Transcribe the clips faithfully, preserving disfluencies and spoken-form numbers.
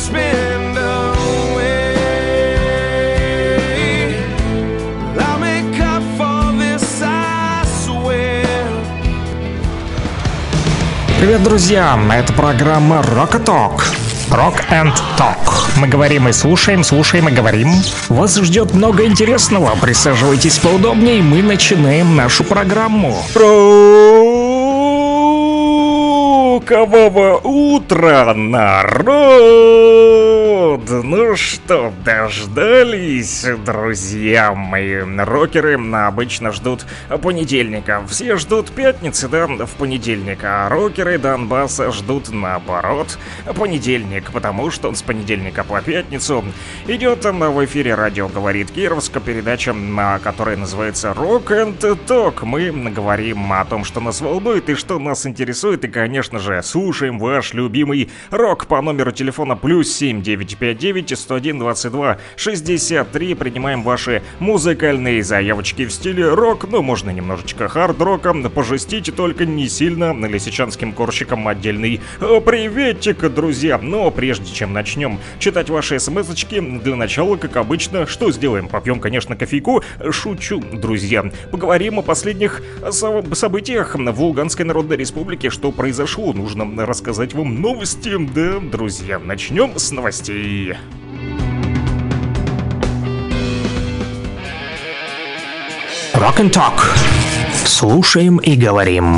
spend away. I'll make up for this, I swear. Привет, друзья! Это программа Rock and Talk. Rock and Talk. Мы говорим и слушаем, слушаем и говорим. Вас ждет много интересного. Присаживайтесь поудобнее, мы начинаем нашу программу. Рокового утра, народ! Ну что, дождались, друзья мои. Рокеры обычно ждут понедельника. Все ждут пятницы, да, в понедельник. А рокеры Донбасса ждут наоборот понедельник, потому что с понедельника по пятницу идет в эфире радио «Говорит Кировск», передача, которая называется Rock and Talk. Мы говорим о том, что нас волнует и что нас интересует, и, конечно же, слушаем ваш любимый рок по номеру телефона плюс семь девятьсот пятьдесят девять сто один двадцать два шестьдесят три. Принимаем ваши музыкальные заявочки в стиле рок, ну, можно немножечко хард-рока, пожестите, только не сильно. Лисичанским корщикам отдельный приветик, друзья. Но прежде чем начнем читать ваши смс-очки, для начала, как обычно, что сделаем? Попьем, конечно, кофейку. Шучу, друзья. Поговорим о последних со- событиях в Луганской Народной Республике, что произошло. Нужно рассказать вам новости, да, друзья. Начнем с новостей. Rock and Talk. Слушаем и говорим.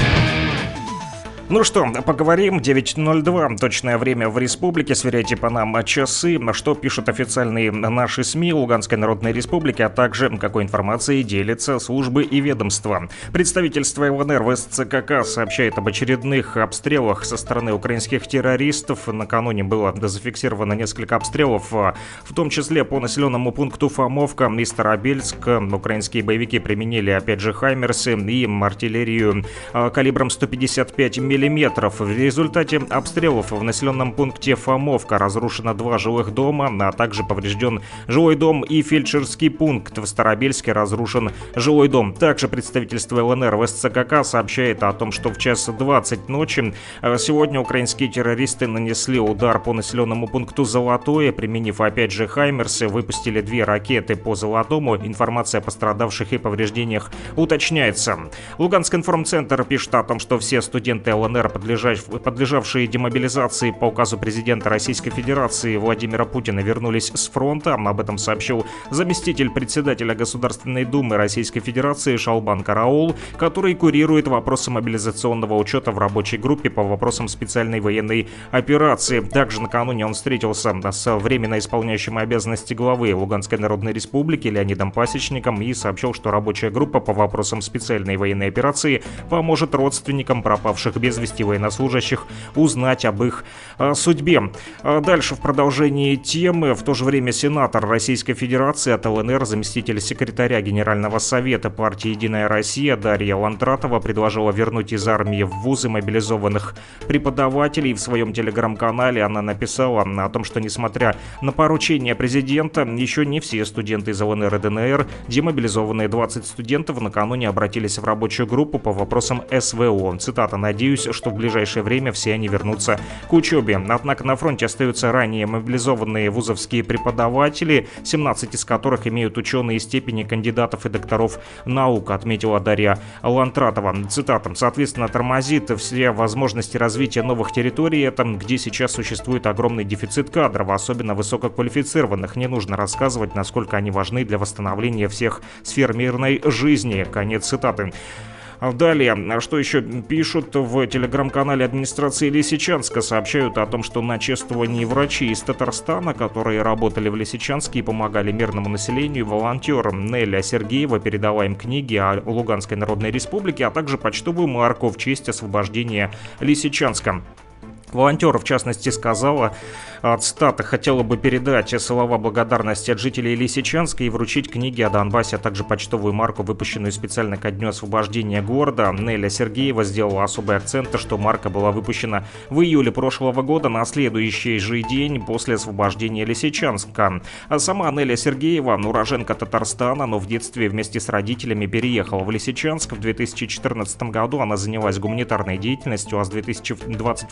Ну что, поговорим. девять ноль два, точное время в республике. Сверяйте по нам часы. Что пишут официальные наши СМИ Луганской Народной Республики, а также какой информацией делятся службы и ведомства. Представительство ЛНР в СЦКК сообщает об очередных обстрелах со стороны украинских террористов. Накануне было зафиксировано несколько обстрелов, в том числе по населенному пункту Фомовка и Старобельск. Украинские боевики применили, опять же, хаймерсы и артиллерию калибром сто пятьдесят пять миллиметров. В результате обстрелов в населенном пункте Фомовка разрушено два жилых дома, а также поврежден жилой дом и фельдшерский пункт. В Старобельске разрушен жилой дом. Также представительство ЛНР в СЦКК сообщает о том, что в час двадцать ночи сегодня украинские террористы нанесли удар по населенному пункту Золотое, применив опять же хаймерсы, выпустили две ракеты по Золотому. Информация о пострадавших и повреждениях уточняется. Луганский информцентр пишет о том, что все студенты ЛНР, подлежавшие демобилизации по указу президента Российской Федерации Владимира Путина, вернулись с фронта. Об этом сообщил заместитель председателя Государственной Думы Российской Федерации Шалбан Караул, который курирует вопросы мобилизационного учета в рабочей группе по вопросам специальной военной операции. Также накануне он встретился с временно исполняющим обязанности главы Луганской Народной Республики Леонидом Пасечником и сообщил, что рабочая группа по вопросам специальной военной операции поможет родственникам пропавших без вести военнослужащих узнать об их а, судьбе. А дальше в продолжении темы. В то же время сенатор Российской Федерации от ЛНР, заместитель секретаря Генерального совета партии «Единая Россия» Дарья Лантратова предложила вернуть из армии в вузы мобилизованных преподавателей. В своем телеграм-канале она написала о том, что несмотря на поручение президента, еще не все студенты из ЛНР и ДНР, демобилизованные двадцать студентов, накануне обратились в рабочую группу по вопросам СВО. Цитата: «Надеюсь, что в ближайшее время все они вернутся к учебе». Однако на фронте остаются ранее мобилизованные вузовские преподаватели, семнадцать из которых имеют ученые степени кандидатов и докторов наук, отметила Дарья Лантратова. Цитата: «Соответственно, тормозит все возможности развития новых территорий, это где сейчас существует огромный дефицит кадров, особенно высококвалифицированных. Не нужно рассказывать, насколько они важны для восстановления всех сфер мирной жизни». Конец цитаты. Далее, что еще пишут в телеграм-канале администрации Лисичанска, сообщают о том, что на чествовании врачи из Татарстана, которые работали в Лисичанске и помогали мирному населению, волонтер Неля Сергеева передала им книги о Луганской Народной Республике, а также почтовую марку в честь освобождения Лисичанска. Волонтер, в частности, сказала, цитата: «Хотела бы передать слова благодарности от жителей Лисичанска и вручить книги о Донбассе, а также почтовую марку, выпущенную специально ко дню освобождения города». Неля Сергеева сделала особый акцент, что марка была выпущена в июле прошлого года, на следующий же день после освобождения Лисичанска. А сама Неля Сергеева, уроженка Татарстана, но в детстве вместе с родителями переехала в Лисичанск. В две тысячи четырнадцатом году она занялась гуманитарной деятельностью, а с две тысячи двадцать второго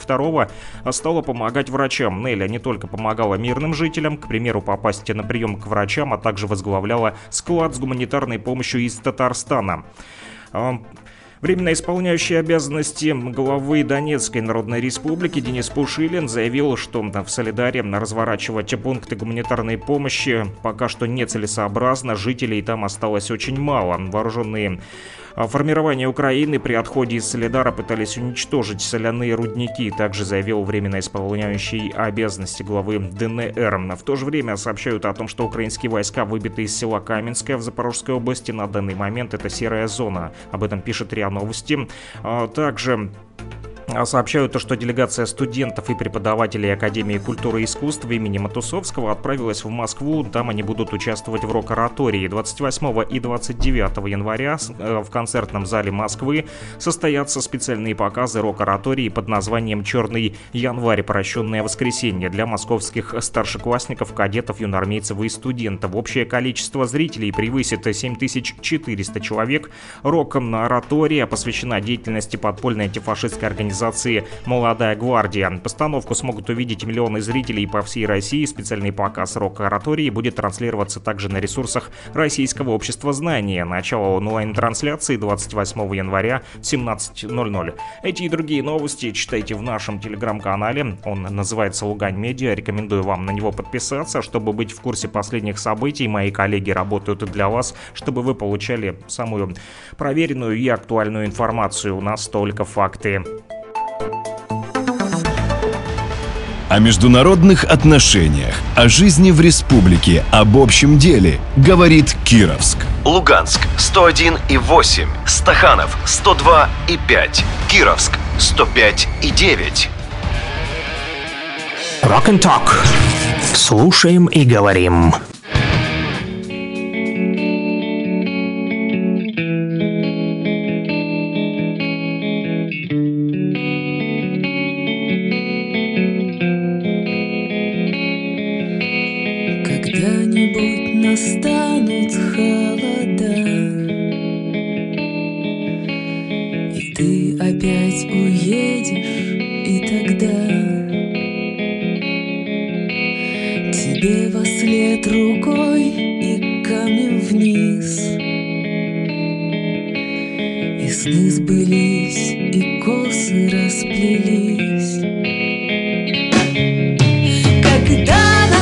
снова стала помогать врачам. Неля не только помогала мирным жителям, к примеру, попасть на прием к врачам, а также возглавляла склад с гуманитарной помощью из Татарстана. Временно исполняющий обязанности главы Донецкой Народной Республики Денис Пушилин заявил, что в Солидаре разворачивать пункты гуманитарной помощи пока что нецелесообразно, жителей там осталось очень мало. Вооруженные формирования Украины при отходе из Солидара пытались уничтожить соляные рудники, также заявил временно исполняющий обязанности главы ДНР. В то же время сообщают о том, что украинские войска выбиты из села Каменское в Запорожской области. На данный момент это серая зона. Об этом пишет РИА Новости. Также сообщают то, что делегация студентов и преподавателей Академии культуры и искусств имени Матусовского отправилась в Москву. Там они будут участвовать в рок-оратории. двадцать восьмого и двадцать девятого января в концертном зале Москвы состоятся специальные показы рок-оратории под названием «Черный январь. Прощенное воскресенье» для московских старшеклассников, кадетов, юноармейцев и студентов. Общее количество зрителей превысит семь тысяч четыреста человек. Рок-оратория посвящена деятельности подпольной антифашистской организации «Молодая гвардия». Постановку смогут увидеть миллионы зрителей по всей России. Специальный показ рок-оратории будет транслироваться также на ресурсах Российского общества знания. Начало онлайн-трансляции двадцать восьмого января в семнадцать ноль ноль. Эти и другие новости читайте в нашем телеграм-канале. Он называется «Лугань Медиа». Рекомендую вам на него подписаться, чтобы быть в курсе последних событий. Мои коллеги работают для вас, чтобы вы получали самую проверенную и актуальную информацию. У нас только факты. О международных отношениях, о жизни в республике, об общем деле говорит Кировск. Луганск сто один и восемь, Стаханов сто два и пять, Кировск сто пять и девять. Rock and Talk. Слушаем и говорим. Настанут холода, и ты опять уедешь, и тогда тебе вослед рукой и камнем вниз. И сны сбылись, и косы расплелись. Когда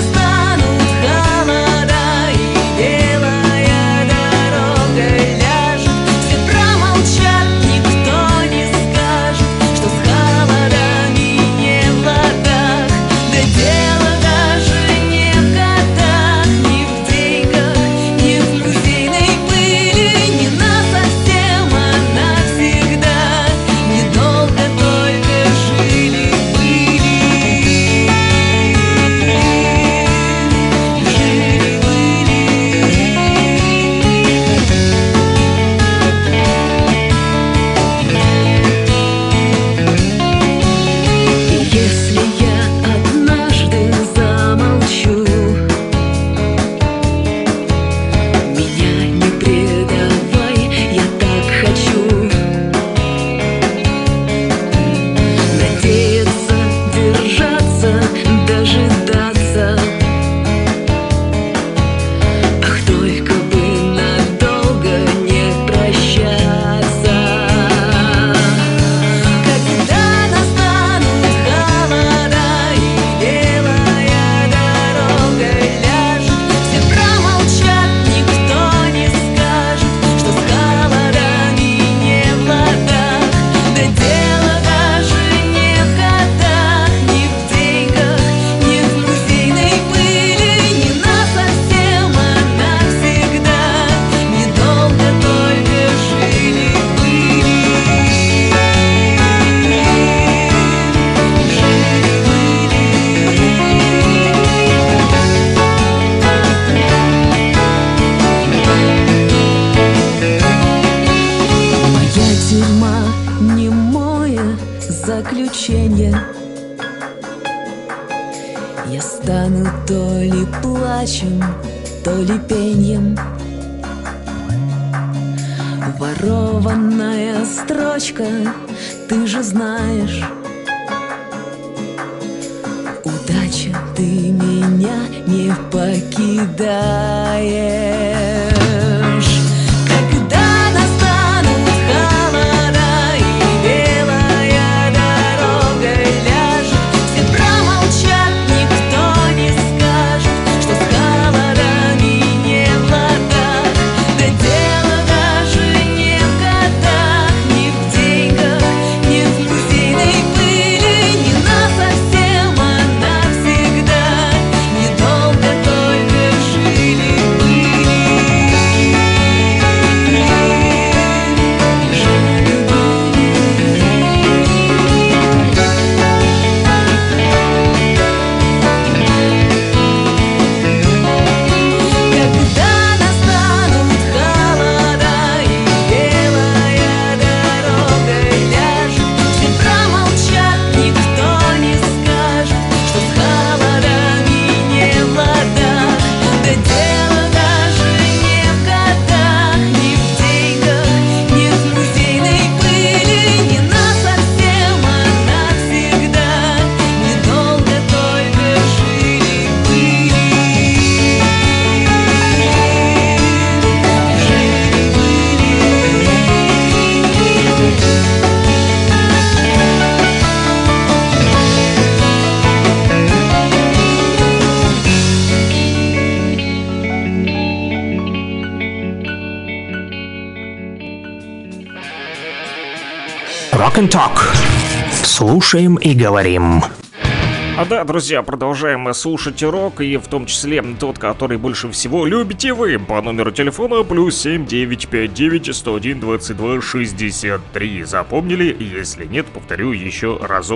заключение. Я стану то ли плачем, то ли пеньем. Ворованная строчка, ты же знаешь. удача, ты меня не покидаешь. Когда настанут холода и белая дорога ляжет, все промолчат, никто не скажет, что с холодами не в ладах. Да дело даже не в годах, не в деньгах, не в музейной пыли, не насовсем, а навсегда. Недолго только жили-были. Когда настанут холода и белая дорога ляжет, все промолчат, никто не скажет, что с холодами не в ладах. Да дело даже не в годах, не в деньгах, не в музейной пыли, не насовсем, а навсегда. Недолго только жили-были. Rock and Talk. Слушаем и говорим. А да, друзья, продолжаем слушать рок, и в том числе тот, который больше всего любите вы, по номеру телефона плюс семь девять пять девять сто один двадцать два шестьдесят три. Запомнили? Если нет, повторю еще разок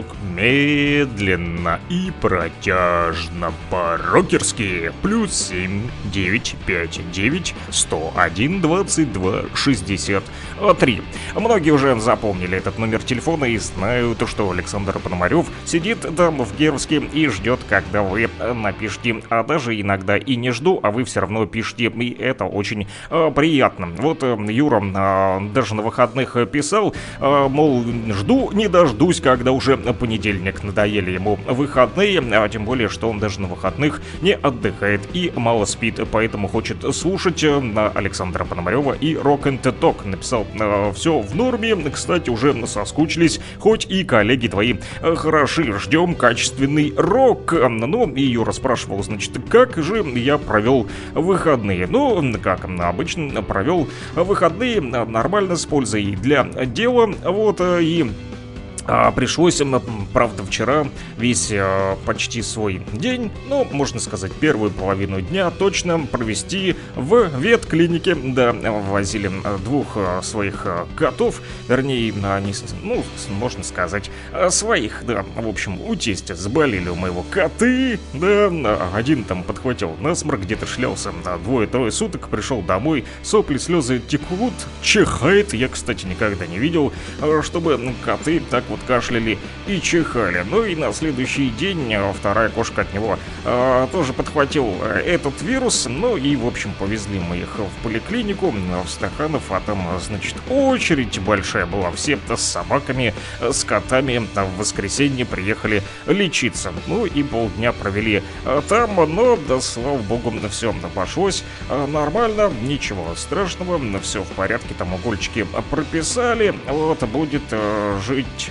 медленно и протяжно по-рокерски. Плюс семь девять пять девять сто один двадцать два шестьдесят три. Многие уже запомнили этот номер телефона и знают, что Александр Пономарев сидит там в Кировске и ждет, когда вы напишите. А даже иногда и не жду, а вы все равно пишете, и это очень э, приятно. Вот э, Юра э, даже на выходных писал, э, мол, жду, не дождусь, когда уже понедельник. Надоели ему выходные, а тем более, что он даже на выходных не отдыхает и мало спит, поэтому хочет слушать э, Александра Пономарева и Rock and Talk. Написал, э, все в норме, кстати, уже соскучились, хоть и коллеги твои э, хороши, ждем качественный рок. Ну, и Юра спрашивал, значит, как же я провел выходные. Ну, как обычно, провел выходные нормально, с пользой для дела. Вот, и А, пришлось, правда, вчера весь а, почти свой день, ну, можно сказать, первую половину дня точно провести в ветклинике. Да, возили двух а, своих а, котов, вернее, они, ну, можно сказать, а, своих, да. В общем, у тестя заболели у моего коты, да, один там подхватил насморк, где-то шлялся на двое-трое суток, пришел домой, сопли, слезы текут, чихает. Я, кстати, никогда не видел, чтобы коты так вот кашляли и чихали. Ну и на следующий день вторая кошка от него э, тоже подхватил этот вирус. Ну и, в общем, повезли мы их в поликлинику, в Стаханов, а там, значит, очередь большая была. Все с собаками, с котами в воскресенье приехали лечиться. Ну и полдня провели там, но, да, слава богу, все обошлось нормально, ничего страшного, все в порядке, там укольчики прописали. Вот, будет э, жить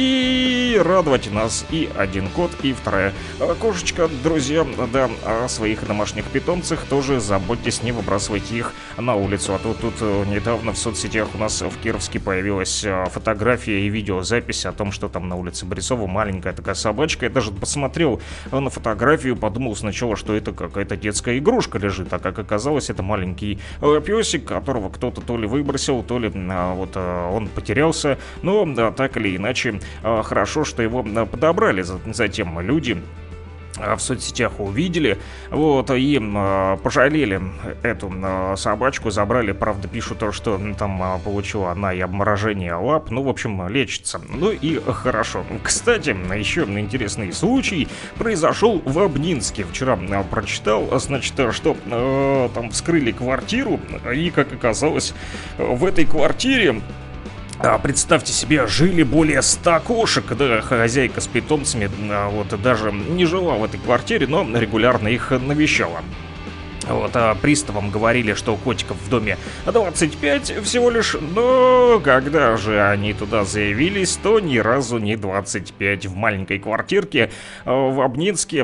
и радовать нас и один кот, и вторая кошечка. Друзья, да, о своих домашних питомцах тоже заботьтесь, не выбрасывайте их на улицу. А то тут недавно в соцсетях у нас в Кировске появилась фотография и видеозапись о том, что там на улице Борисова маленькая такая собачка. Я даже посмотрел на фотографию, подумал сначала, что это какая-то детская игрушка лежит, а как оказалось, это маленький песик, которого кто-то то ли выбросил, то ли вот он потерялся. Но да, так или иначе, хорошо, что его подобрали. Затем люди в соцсетях увидели, вот, и э, пожалели эту э, собачку, забрали. Правда, пишут то, что ну, там э, получила она и обморожение лап, ну, в общем, лечится. Ну и хорошо. Кстати, еще интересный случай произошел в Обнинске. Вчера э, прочитал, значит, что э, там вскрыли квартиру, и, как оказалось, в этой квартире А, представьте себе, жили более ста кошек, да, хозяйка с питомцами, а, вот, даже не жила в этой квартире, но регулярно их навещала. Вот, а приставам говорили, что котиков в доме двадцать пять всего лишь, но когда же они туда заявились, то ни разу не двадцать пять. В маленькой квартирке в Обнинске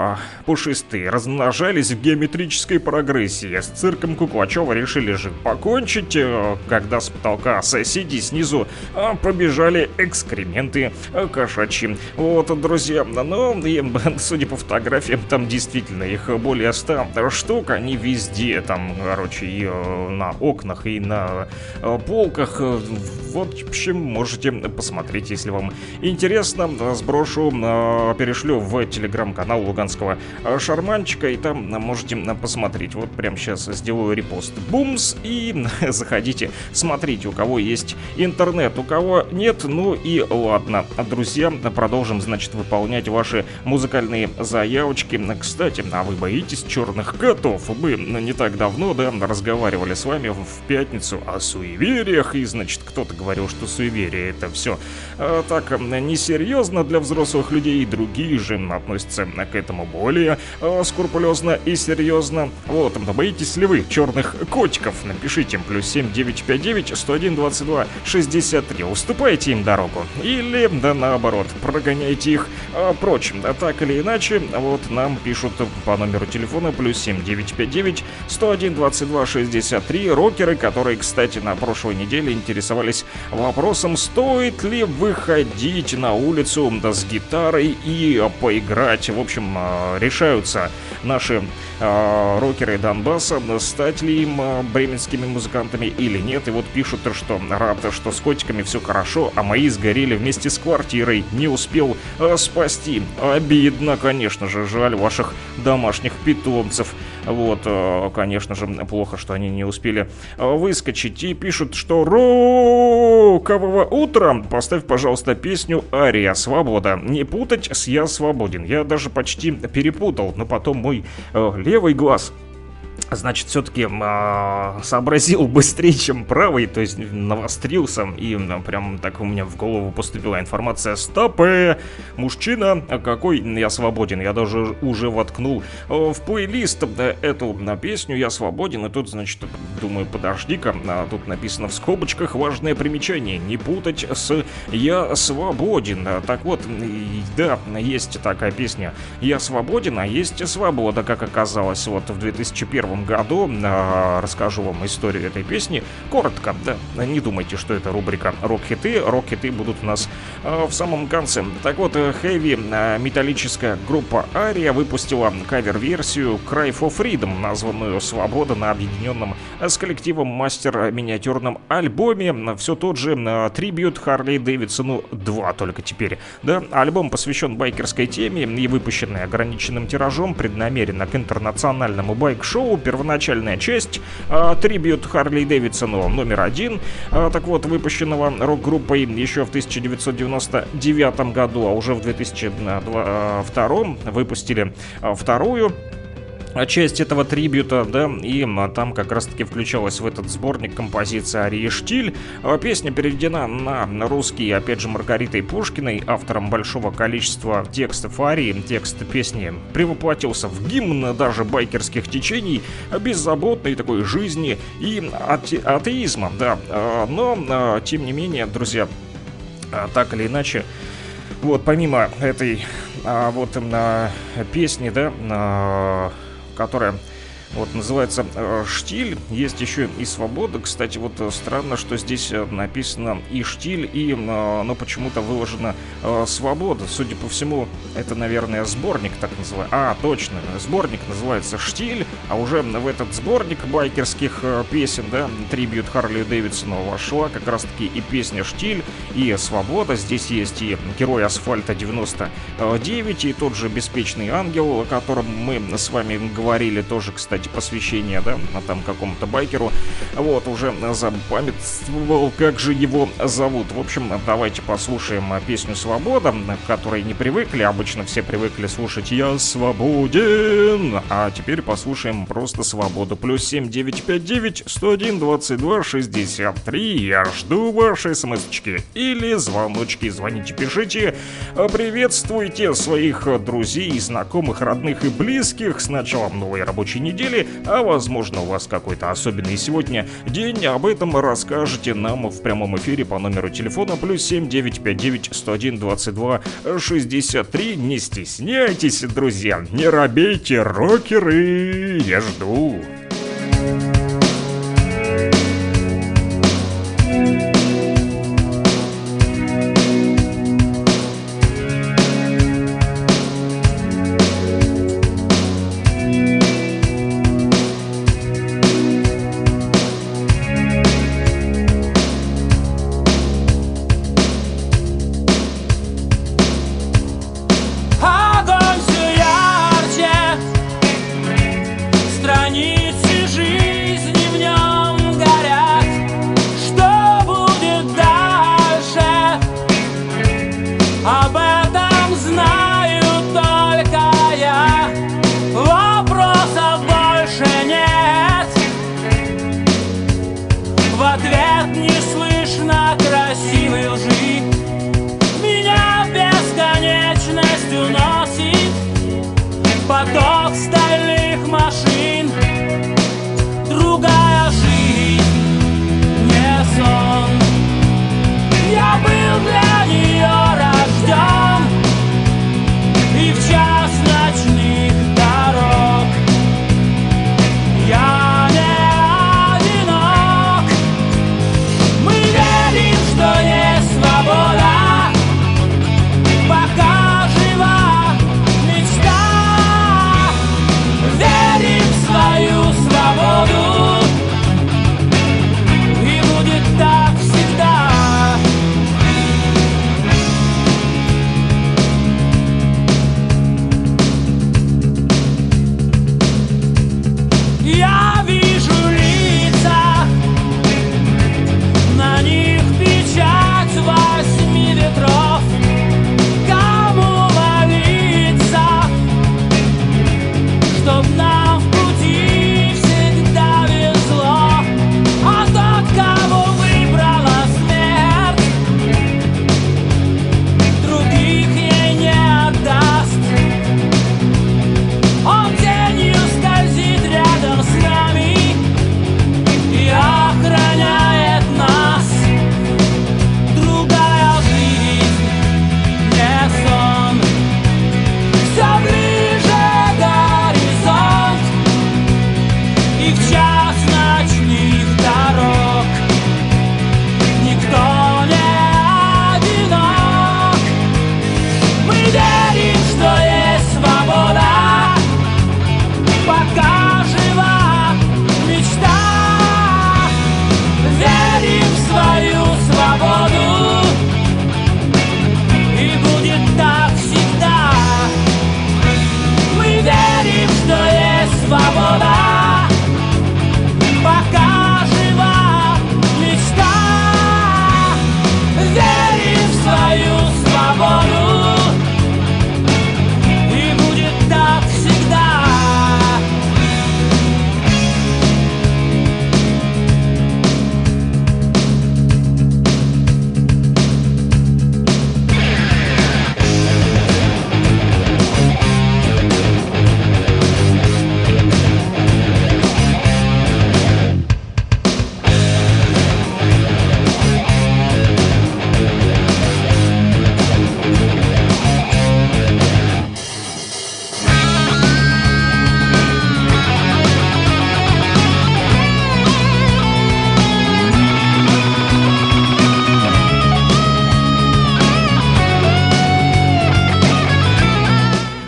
пушистые размножались в геометрической прогрессии. С цирком Куклачева решили же покончить, когда с потолка соседей снизу побежали экскременты кошачьи. Вот, друзья, но и, судя по фотографиям, там действительно их более ста штук. Они везде, там, короче, и э, на окнах, и на э, полках. Вот, в общем, можете посмотреть, если вам интересно. Сброшу, э, перешлю в телеграм-канал Луганского шарманчика, и там можете посмотреть. Вот прямо сейчас сделаю репост. Бумс, и заходите, смотрите, у кого есть интернет, у кого нет, ну и ладно. Друзья, продолжим, значит, выполнять ваши музыкальные заявочки. Кстати, а вы боитесь черных котов? Мы не так давно, да, разговаривали с вами в пятницу о суевериях, и, значит, кто-то говорил, что суеверие — это все э, так несерьезно для взрослых людей, и другие же относятся к этому более э, скрупулезно и серьезно. Вот, боитесь ли вы черных котиков? Напишите плюс семь девять пять девять сто один двадцать два шестьдесят три. Уступаете им дорогу? Или, да наоборот, прогоняете их э, прочь? Да, так или иначе, вот нам пишут по номеру телефона плюс семь девять пять девять сто один двадцать два шестьдесят три рокеры, которые, кстати, на прошлой неделе интересовались вопросом, стоит ли выходить на улицу, да, с гитарой и поиграть. В общем, решаются наши э, рокеры Донбасса, стать ли им э, бременскими музыкантами или нет. И вот пишут, что рад, что с котиками все хорошо, а мои сгорели вместе с квартирой, не успел э, спасти. Обидно, конечно же, жаль ваших домашних питомцев. Вот, конечно же, плохо, что они не успели выскочить. И пишут, что рокового утра поставь, пожалуйста, песню «Ария. Свобода». Не путать с «Я свободен». Я даже почти перепутал, но потом мой э, левый глаз, значит, все-таки э, сообразил быстрее, чем правый, то есть навострился, и э, прям так у меня в голову поступила информация: стоп, э, мужчина, какой я свободен. Я даже уже воткнул э, в плейлист э, эту э, песню «Я свободен», и тут, значит, думаю, подожди-ка, э, тут написано в скобочках важное примечание: не путать с «Я свободен». Так вот, э, да, есть такая песня «Я свободен», а есть «Свобода», как оказалось, вот в две тысячи первом году. э, Расскажу вам историю этой песни коротко, да, не думайте, что это рубрика «Рок-хиты». Рок-хиты будут у нас э, в самом конце. Так вот, хэви э, металлическая группа Ария выпустила кавер-версию Cry for Freedom, названную «Свобода», на объединенном с коллективом Мастер миниатюрном альбоме. Все тот же э, трибьют Харли Дэвидсону два, только теперь, да. Альбом посвящен байкерской теме и выпущенный ограниченным тиражом преднамеренно к интернациональному байк-шоу. Первоначальная часть э, трибьют Харли Дэвидсону номер один, э, так вот, выпущенного рок-группой еще в тысяча девятьсот девяносто девятом году, а уже в две тысячи втором выпустили э, вторую часть этого трибьюта, да, и а, там как раз-таки включалась в этот сборник композиция Арии «Штиль». А, песня переведена на русский, опять же, Маргаритой Пушкиной, автором большого количества текстов Арии. Текст песни превоплотился в гимн даже байкерских течений, беззаботной такой жизни и ате- атеизма, да. А, но, а, тем не менее, друзья, а, так или иначе, вот помимо этой а, вот а, песни, да, а, которая вот называется «Штиль», есть еще и «Свобода». Кстати, вот странно, что здесь написано и «Штиль», и, но почему-то выложена «Свобода». Судя по всему, это, наверное, сборник так называемый. А, точно, сборник называется «Штиль», а уже в этот сборник байкерских песен, да, трибьют Харли Дэвидсону, вошла как раз-таки и песня «Штиль», и «Свобода». Здесь есть и «Герой асфальта девяносто девять», и тот же «Беспечный ангел», о котором мы с вами говорили тоже, кстати, кстати, посвящение, да, там какому-то байкеру. Вот, уже запамятствовал, как же его зовут. В общем, давайте послушаем песню «Свобода», к которой не привыкли. Обычно все привыкли слушать «Я свободен», а теперь послушаем просто «Свободу». Плюс семь девять пять девять сто один двадцать два шестьдесят три. Я жду ваши смс-очки или звоночки. Звоните, пишите. Приветствуйте своих друзей, знакомых, родных и близких с началом новой рабочей недели. А возможно, у вас какой-то особенный сегодня день. Об этом расскажете нам в прямом эфире по номеру телефона плюс семь девять пять девять сто один двадцать два шестьдесят три. Не стесняйтесь, друзья, не робейте, рокеры, я жду.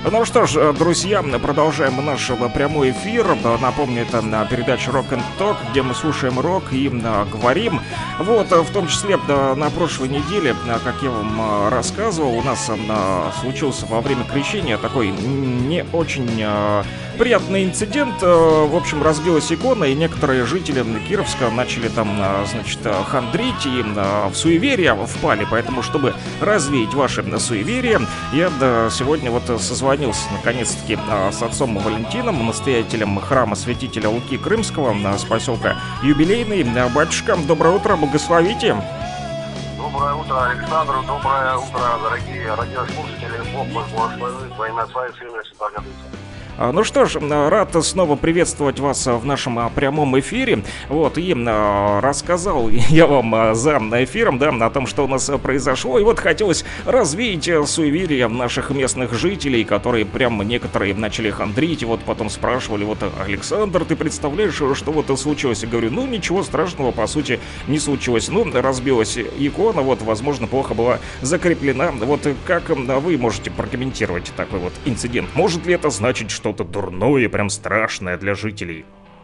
Ну что ж, друзья, продолжаем наш прямой эфир. Напомню, это передача Rock and Talk, где мы слушаем рок и говорим. Вот, в том числе на прошлой неделе, как я вам рассказывал, у нас случился во время крещения такой не очень приятный инцидент. В общем, разбилась икона, и некоторые жители Кировска начали там, значит, хандрить и в суеверие впали. Поэтому, чтобы развеять ваши суеверия, я сегодня вот созвонился наконец-таки с отцом Валентином, настоятелем храма святителя Луки Крымского с поселка Юбилейный. Батюшка, доброе утро, благословите. Доброе утро, Александр, доброе утро, дорогие радиослушатели. Бог вас благословит во имя Отца и Сына и Святого Духа. Ну что ж, рад снова приветствовать вас в нашем прямом эфире. Вот, и рассказал я вам за эфиром, да, о том, что у нас произошло. И вот хотелось развеять суеверия наших местных жителей, которые прям некоторые начали хандрить. И вот потом спрашивали, вот, Александр, ты представляешь, что вот случилось? Я говорю, ну ничего страшного, по сути, не случилось. Ну, разбилась икона, вот, возможно, плохо была закреплена. Вот как вы можете прокомментировать такой вот инцидент? Может ли это значить, что что-то дурное, прям страшное для жителей?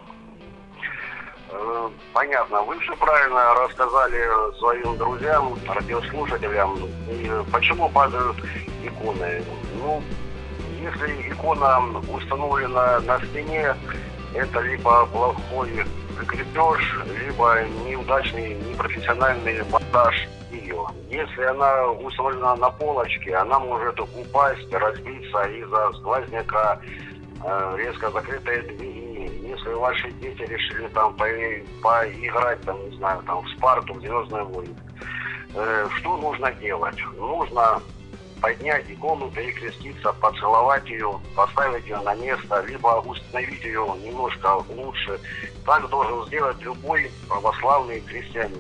Понятно. Вы все правильно рассказали своим друзьям, радиослушателям, почему падают иконы. Ну, если икона установлена на стене, это либо плохой крепеж, либо неудачный, непрофессиональный монтаж ее. Если она установлена на полочке, она может упасть, разбиться из-за сквозняка, резко закрытые двери. Если ваши дети решили там по- поиграть, там, не знаю, там в Спарту, в Звездные войны, э, что нужно делать? Нужно поднять икону, перекреститься, поцеловать ее, поставить ее на место, либо установить ее немножко лучше. Так должен сделать любой православный крестьянин.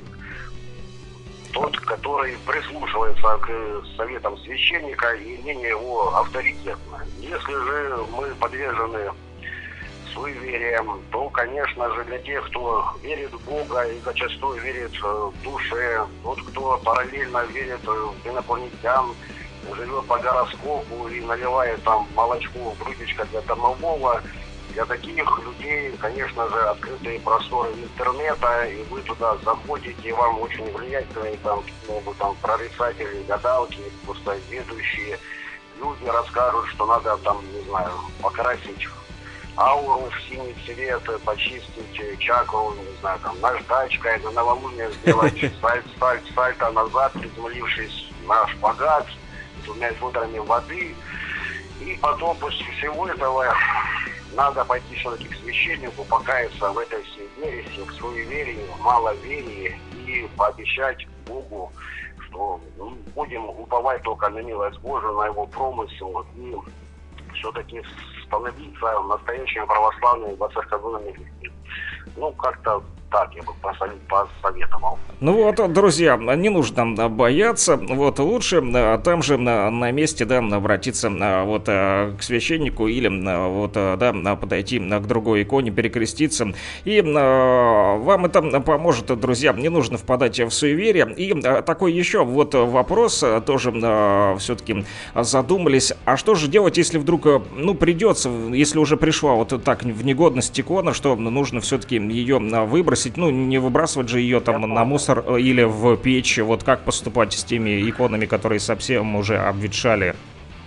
Тот, который прислушивается к советам священника и мнение его авторитетно. Если же мы подвержены суевериям, то, конечно же, для тех, кто верит в Бога и зачастую верит в душе, тот, кто параллельно верит в инопланетян, живет по гороскопу и наливает там молочко в блюдечко для домового, для таких людей, конечно же, открытые просторы интернета, и вы туда заходите, и вам очень влиятельные там, ну, там прорицатели, гадалки, просто ведущие люди расскажут, что надо там, не знаю, покрасить ауру в синий цвет, почистить чакру, не знаю, там наждачкой, на новолуние сделать сальто, сальто, сальто назад, приземлившись на шпагат с двумя ведрами воды. И потом, после всего этого, надо пойти все-таки к священнику, покаяться в этой всей ереси, в суеверии, в маловерии и пообещать Богу, что ну, будем уповать только на милость Божию, на его промысел и все-таки становиться настоящими православными воцерковленными людьми. Ну, как-то так я бы посоветовал. Ну вот, друзья, не нужно бояться, вот лучше там же на, на месте, да, обратиться вот к священнику или вот, да, подойти к другой иконе, перекреститься, и вам это поможет, друзья, не нужно впадать в суеверие. И такой еще вот вопрос, тоже все-таки задумались, а что же делать, если вдруг, ну, придется, если уже пришла вот так в негодность икона, что нужно все-таки ее выбросить, ну, не выбрасывать же ее там на мусор или в печь. Вот как поступать с теми иконами, которые совсем уже обветшали?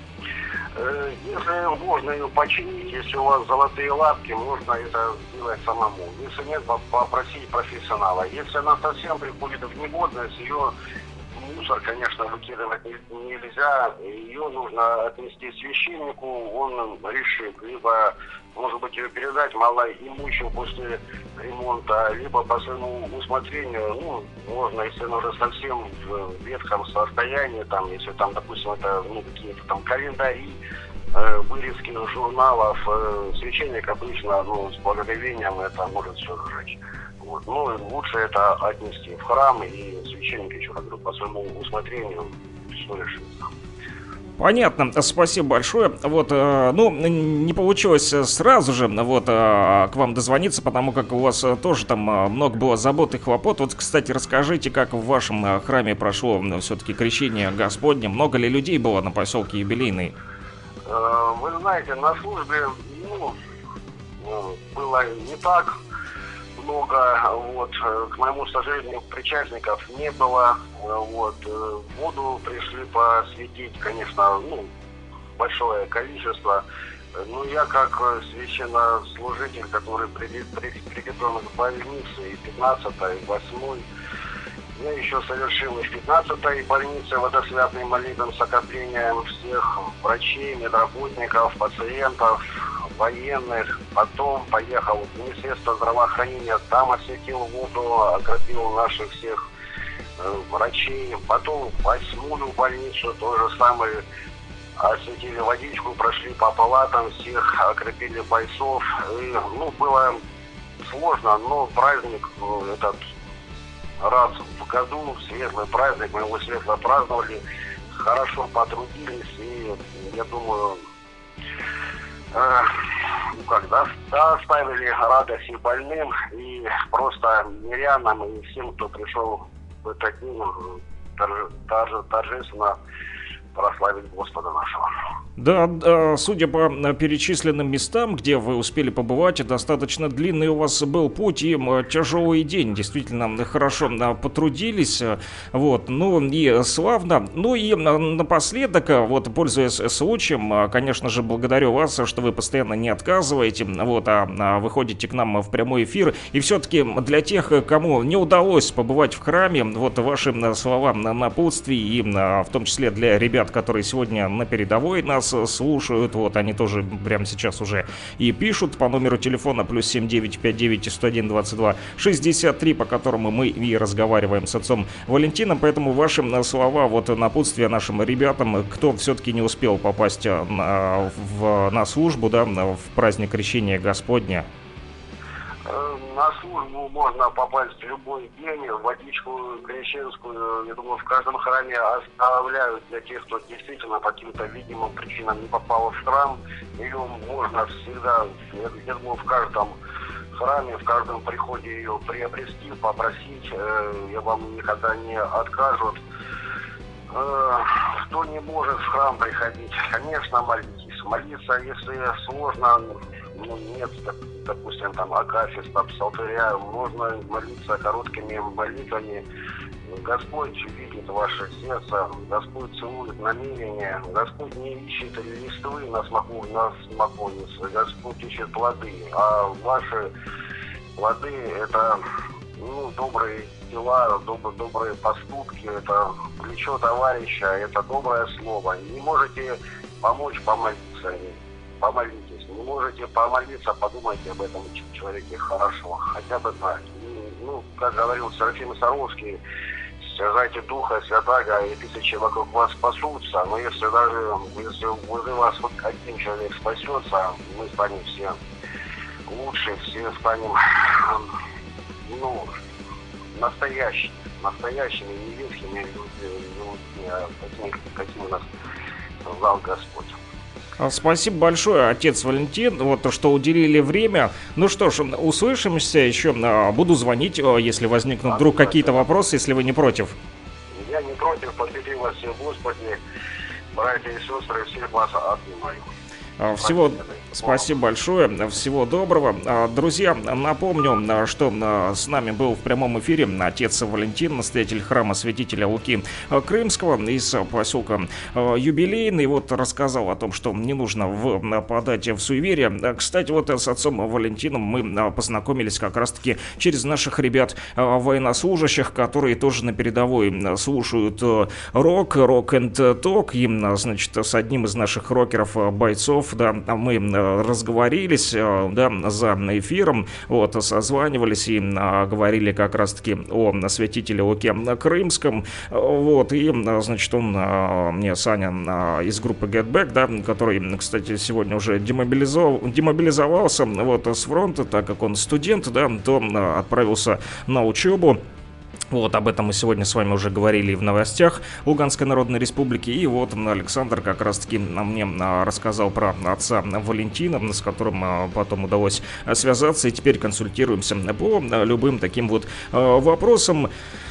Если можно ее починить, если у вас золотые лапки, можно это сделать самому. Если нет, попросить профессионала. Если она совсем приходит в негодность, ее мусор, конечно, выкидывать нельзя. Ее нужно отнести священнику, он решит. Либо, может быть, ее передать малоимущим после ремонта, либо по своему усмотрению, ну, можно, если она уже совсем в ветхом состоянии, там, если там, допустим, это, ну, какие-то там календари, э, вырезки журналов, э, священник обычно, ну, с благоговением это может все сжечь. Вот. Ну, лучше это отнести в храм, и священник, еще раз говорю, по своему усмотрению все решится. Понятно, спасибо большое. Вот, э, ну, не получилось сразу же вот э, к вам дозвониться, потому как у вас тоже там э, много было забот и хлопот. Вот, кстати, расскажите, как в вашем э, храме прошло э, все-таки крещение Господне. Много ли людей было на поселке Юбилейный? Э, Вы знаете, на службе, ну, э, было не так много, вот, э, к моему сожалению, причастников не было, э, вот, э, воду пришли посвятить, конечно, ну, большое количество, но я как э, священнослужитель, который при- при- прикреплен к больнице и пятнадцатой, и восьмой, я еще совершил и в пятнадцатой больнице водосвятный молитвен с окоплением всех врачей, медработников, пациентов, военных. Потом поехал в Министерство здравоохранения, там осветил воду, окропил наших всех э, врачей. Потом в восьмую больницу то же самое осветили водичку, прошли по палатам, всех окропили бойцов. И, ну, было сложно, но праздник ну, этот раз в году, светлый праздник, мы его светло праздновали, хорошо потрудились, и я думаю, э, ну, когда доставили радость и больным, и просто мирянам, и всем, кто пришел в этот день, торже, торже, торжественно прославить Господа нашего. Да, да, судя по перечисленным местам, где вы успели побывать, достаточно длинный у вас был путь и тяжелый день. Действительно, хорошо потрудились. Вот, ну и славно. Ну и напоследок, вот, пользуясь случаем, конечно же, благодарю вас, что вы постоянно не отказываете, вот, а выходите к нам в прямой эфир. И все-таки для тех, кому не удалось побывать в храме, вот ваши слова напутствий, и в том числе для ребят, которые сегодня на передовой нас слушают, вот они тоже прямо сейчас уже и пишут по номеру телефона плюс семь девять пять девять сто один двадцать два шестьдесят три, по которому мы и разговариваем с отцом Валентином, поэтому ваши слова, вот напутствия нашим ребятам, кто все-таки не успел попасть на, в, на службу, да, в праздник Крещения Господня. На службу можно попасть в любой день, водичку крещенскую, я думаю, в каждом храме оставляют для тех, кто действительно по каким-то видимым причинам не попал в храм. Ее можно всегда, я думаю, в каждом храме, в каждом приходе ее приобрести, попросить, я вам никогда не откажут. Кто не может в храм приходить, конечно, молитесь. Молиться, если сложно, ну, нет, допустим, там, акафиста, псалтыря, можно молиться короткими молитвами. Господь видит ваше сердце, Господь целует намерения, Господь не ищет листвы на смоку, на смоковнице, Господь ищет плоды, а ваши плоды — это, ну, добрые дела, доб- добрые поступки, это плечо товарища, это доброе слово. Не можете помочь, помолиться, помолитесь. Не можете помолиться, подумайте об этом человеке хорошо, хотя бы так. И, ну, как говорил Серафим Саровский, стяжайте Духа Святаго, и тысячи вокруг вас спасутся, но если даже, если возле вас вот один человек спасется, мы станем все лучше, все станем, ну, настоящими, настоящими, не ветхими людьми, а такими, какими нас создал Господь. Спасибо большое, отец Валентин, вот что уделили время. Ну что ж, услышимся еще. Буду звонить, если возникнут вдруг какие-то вопросы, если вы не против. Я не против, победи вас все, Господи, братья и сестры, всех вас обнимаю. Всего спасибо большое, всего доброго. Друзья, напомню, что с нами был в прямом эфире отец Валентин, настоятель храма святителя Луки Крымского из поселка Юбилейный. Вот рассказал о том, что не нужно впадать в суеверие. Кстати, вот с отцом Валентином мы познакомились как раз-таки через наших ребят военнослужащих, которые тоже на передовой слушают рок, рок-энд-ток. Им, значит, с одним из наших рокеров-бойцов, да, мы разговорились, да, за эфиром, вот, созванивались и а, говорили как раз-таки о святителе Луке Крымском, вот, и, значит, он а, мне, Саня, а, из группы Get Back, да, который, кстати, сегодня уже демобилизов... демобилизовался, вот, с фронта, так как он студент, да, то а, отправился на учебу. Вот, об этом мы сегодня с вами уже говорили и в новостях Луганской Народной Республики. И вот Александр как раз-таки мне рассказал про отца Валентина, с которым потом удалось связаться. И теперь консультируемся по любым таким вот вопросам.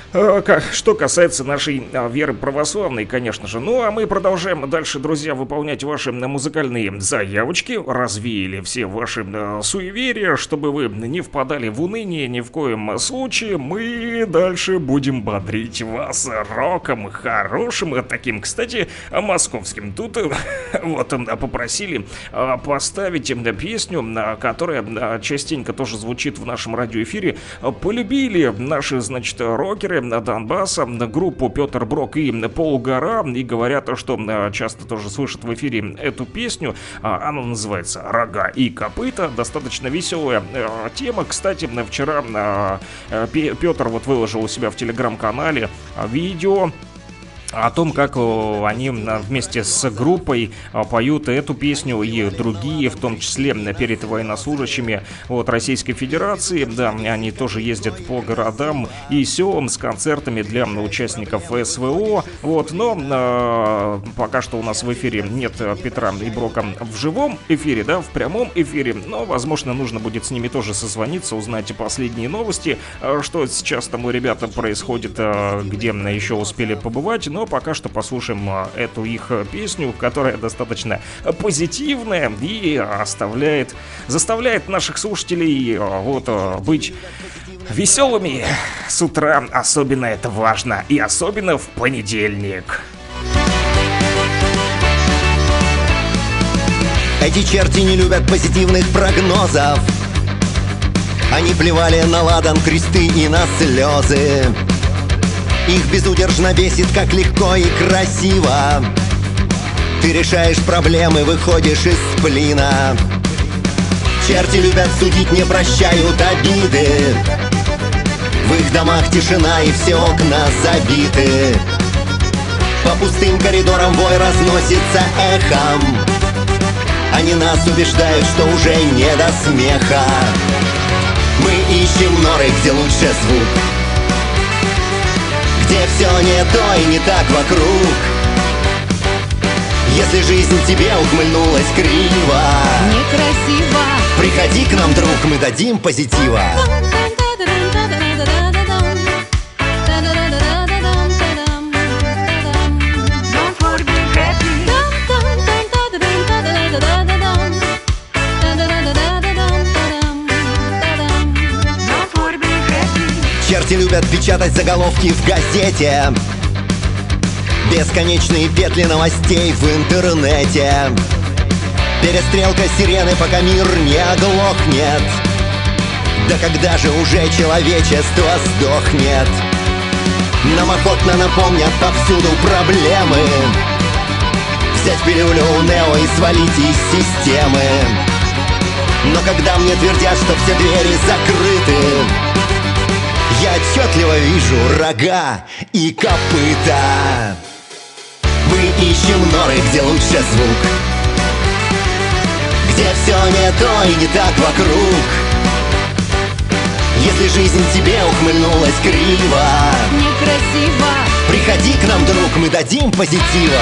Что касается нашей веры православной, конечно же. Ну, а мы продолжаем дальше, друзья, выполнять ваши музыкальные заявочки. Развеяли все ваши суеверия, чтобы вы не впадали в уныние ни в коем случае. Мы дальше будем бодрить вас роком хорошим, таким, кстати, московским. Тут вот попросили поставить песню, которая частенько тоже звучит в нашем радиоэфире. Полюбили наши, значит, рокеры Донбасса группу Петр Брок и Пол Гора, и говорят, что часто тоже слышат в эфире эту песню. Она называется «Рога и копыта». Достаточно веселая тема. Кстати, вчера Петр вот выложил у себя в телеграм-канале видео о том, как они вместе с группой поют эту песню и другие, в том числе перед военнослужащими вот, Российской Федерации. Да, они тоже ездят по городам и селам с концертами для участников СВО. Вот, но э, пока что у нас в эфире нет Петра и Брока в живом эфире, да, в прямом эфире. Но, возможно, нужно будет с ними тоже созвониться, узнать последние новости, что сейчас там у ребят происходит, где еще успели побывать. Но пока что послушаем эту их песню, которая достаточно позитивная и оставляет, заставляет наших слушателей вот быть веселыми с утра. Особенно это важно, и особенно в понедельник. Эти черти не любят позитивных прогнозов. Они плевали на ладан, кресты и на слезы. Их безудержно бесит, как легко и красиво ты решаешь проблемы, выходишь из сплина. Черти любят судить, не прощают обиды. В их домах тишина и все окна забиты. По пустым коридорам вой разносится эхом. Они нас убеждают, что уже не до смеха. Мы ищем норы, где лучше звук, где все не то и не так вокруг. Если жизнь тебе ухмыльнулась криво, некрасиво, приходи к нам, друг, мы дадим позитива. Черти любят печатать заголовки в газете, бесконечные петли новостей в интернете. Перестрелка сирены, пока мир не оглохнет. Да когда же уже человечество сдохнет? Нам охотно напомнят повсюду проблемы. Взять пилюлю у Нео и свалить из системы. Но когда мне твердят, что все двери закрыты, я отчетливо вижу рога и копыта. Мы ищем норы, где лучше звук, где все не то и не так вокруг. Если жизнь тебе ухмыльнулась криво, некрасиво, приходи к нам, друг, мы дадим позитива.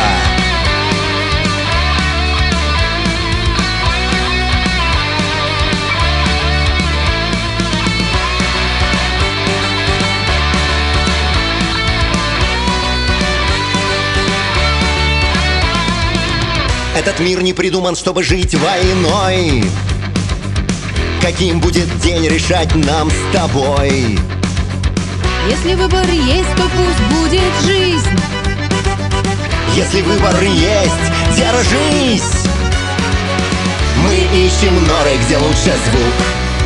Этот мир не придуман, чтобы жить войной. Каким будет день, решать нам с тобой. если выбор есть, то пусть будет жизнь. Если выбор есть, держись. Мы ищем норы, где лучше звук,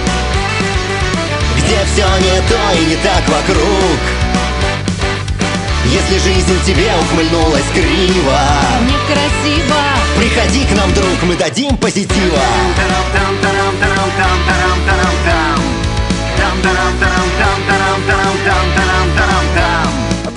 где все не то и не так вокруг. Если жизнь тебе ухмыльнулась криво, некрасиво, приходи к нам, друг, мы дадим позитива.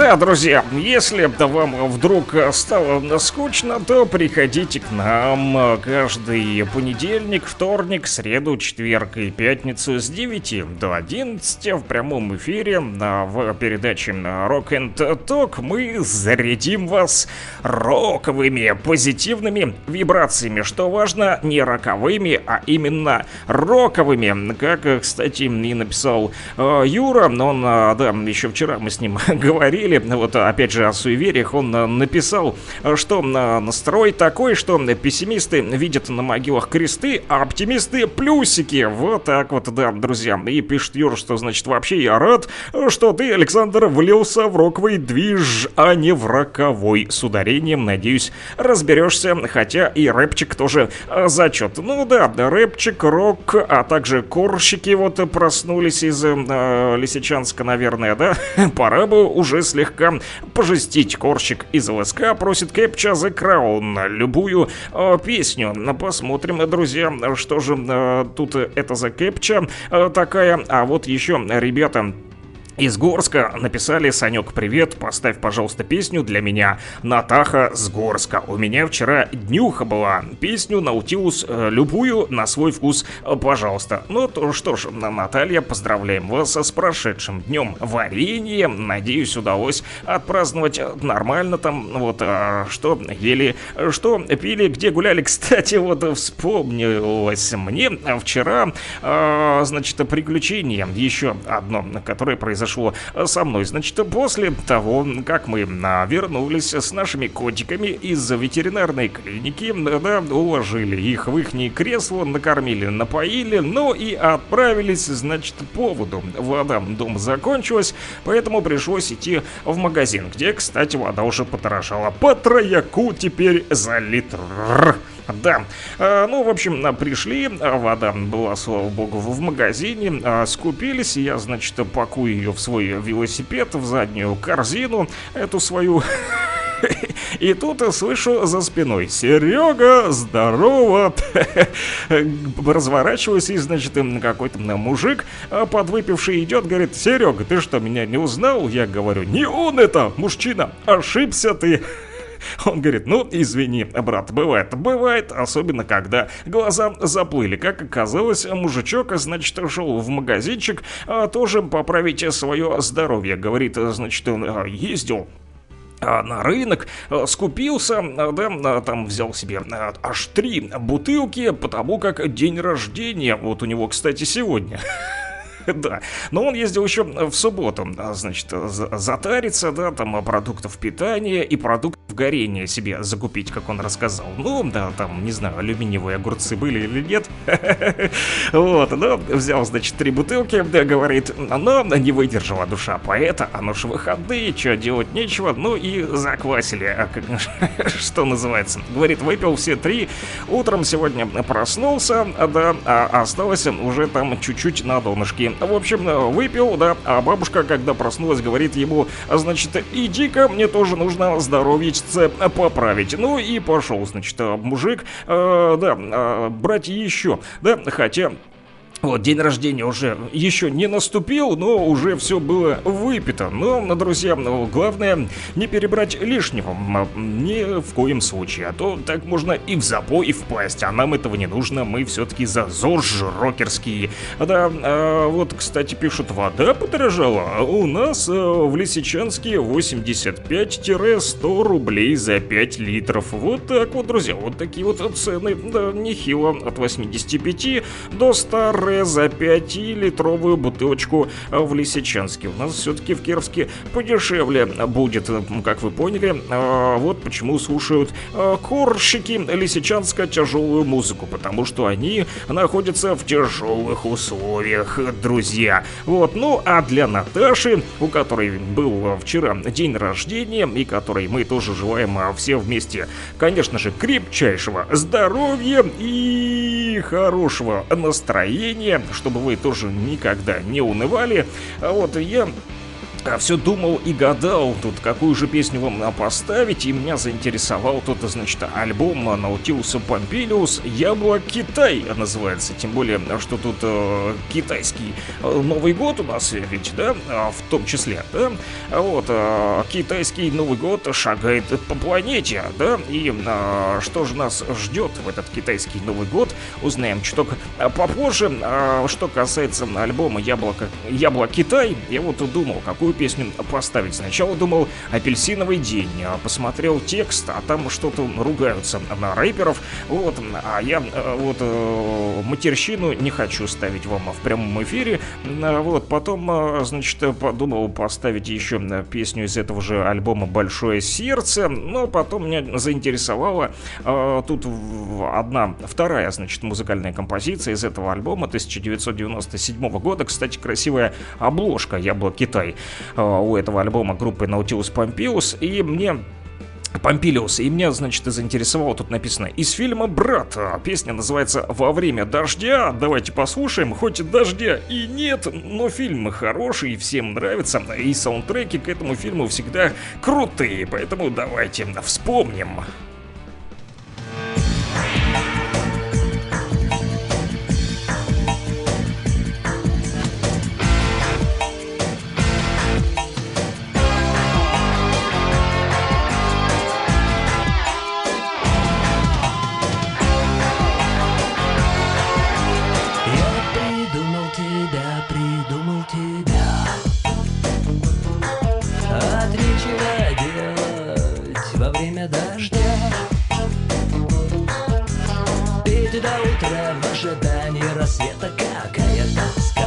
Да, друзья, если вам вдруг стало скучно, то приходите к нам каждый понедельник, вторник, среду, четверг и пятницу с девяти до одиннадцати в прямом эфире в передаче Rock and Talk. Мы зарядим вас роковыми, позитивными вибрациями. Что важно, не роковыми, а именно роковыми. Как, кстати, и написал Юра, он, да, еще вчера мы с ним говорили, вот опять же о суевериях, он написал, что настрой такой, что пессимисты видят на могилах кресты, а оптимисты плюсики. Вот так вот, да, друзья. И пишет Юра, что значит вообще я рад, что ты, Александр, влился в роковый движ, а не в роковой. С ударением, надеюсь, разберешься, хотя и рэпчик тоже зачет. Ну да, рэпчик, рок, а также корщики вот проснулись из э, Лисичанска, наверное, да? Пора бы уже слегка пожестить. Корщик из ЛСК просит Captcha the Crown, любую э, песню. Посмотрим, друзья, что же э, тут это за Captcha э, такая. А вот еще, ребята из Горска написали: Санек, привет, поставь, пожалуйста, песню для меня. Натаха с Горска. У меня вчера днюха была. Песню Наутилус, э, любую на свой вкус, э, пожалуйста. Ну то что ж, Наталья, поздравляем вас с прошедшим днем варенья. Надеюсь, удалось отпраздновать нормально там. Вот, э, что ели, что пили, где гуляли. Кстати, вот вспомнилось мне вчера, э, значит, приключение еще одно, которое произошло Произошло со мной. Значит, после того, как мы вернулись с нашими котиками из ветеринарной клиники, да, уложили их в их кресло, накормили, напоили, ну и отправились, значит, по воду. Вода дома закончилась, поэтому пришлось идти в магазин, где, кстати, вода уже подорожала по трояку теперь за литр. Да, а, ну, в общем, пришли, вода была, слава богу, в магазине, а, скупились, и я, значит, пакую ее в свой велосипед, в заднюю корзину, эту свою. И тут слышу за спиной: Серега, здорово. Разворачиваюсь, и, значит, какой-то мужик подвыпивший идет, говорит: Серега, ты что, меня не узнал? Я говорю: не он это, мужчина, ошибся ты. Он говорит: ну, извини, брат, бывает, бывает, особенно когда глаза заплыли. Как оказалось, мужичок, значит, шел в магазинчик а, тоже поправить свое здоровье. Говорит, значит, он ездил на рынок, скупился, да, там взял себе аж три бутылки, потому как день рождения вот у него, кстати, сегодня. Да, но он ездил еще в субботу, значит, затариться, да, там продуктов питания и продуктов горения себе закупить, как он рассказал. Ну, да, там, не знаю, алюминиевые огурцы были или нет. Вот, ну, взял, значит, три бутылки, да, говорит, но не выдержала душа поэта, а ну ж выходные, что делать нечего, ну и заквасили, что называется. Говорит, выпил все три, утром сегодня проснулся, да, а осталось уже там чуть-чуть на донышке. В общем, выпил, да, а бабушка, когда проснулась, говорит ему: значит, иди-ка, мне тоже нужно здоровьице поправить. Ну и пошел, значит, мужик, э, да, э, брать еще, да, хотя... Вот, день рождения уже еще не наступил, но уже все было выпито. Но, друзья, главное не перебрать лишнего, ни в коем случае. А то так можно и в запой, и впасть. А нам этого не нужно, мы все-таки за ЗОЖ рокерские. Да, а, вот, кстати, пишут, вода подорожала. У нас а, в Лисичанске восемьдесят пять - сто рублей за пять литров. Вот так вот, друзья, вот такие вот цены. Да, нехило, от восьмидесяти пяти до ста за пятилитровую бутылочку в Лисичанске. У нас все-таки в Кировске подешевле будет, как вы поняли. Вот почему слушают корщики Лисичанска тяжелую музыку, потому что они находятся в тяжелых условиях, друзья. Вот, ну а для Наташи, у которой был вчера день рождения, и которой мы тоже желаем все вместе, конечно же, крепчайшего здоровья и хорошего настроения, чтобы вы тоже никогда не унывали. Вот я все думал и гадал тут, какую же песню вам поставить, и меня заинтересовал тут, значит, альбом Nautilus Pompilius «Ябло Китай» называется, тем более, что тут э, китайский Новый год у нас ведь, да, в том числе, да, вот, э, китайский Новый год шагает по планете, да, и э, что же нас ждет в этот китайский Новый год, узнаем чуток попозже. А что касается альбома «Яблоко, Ябло Китай», я вот думал, какую песню поставить. Сначала думал «Апельсиновый день», посмотрел текст, а там что-то ругаются на рэперов, вот, а я вот матерщину не хочу ставить вам в прямом эфире, вот, потом, значит, подумал поставить еще песню из этого же альбома «Большое сердце», но потом меня заинтересовала тут одна, вторая, значит, музыкальная композиция из этого альбома тысяча девятьсот девяносто седьмого года, кстати, красивая обложка «Ябло Китай» у этого альбома группы Nautilus Pompilius, и мне... Помпилиус, и меня, значит, заинтересовало, тут написано из фильма «Брат». Песня называется «Во время дождя». Давайте послушаем, хоть дождя и нет, но фильм хороший, всем нравится, и саундтреки к этому фильму всегда крутые, поэтому давайте вспомним. Рассвета какая тоска.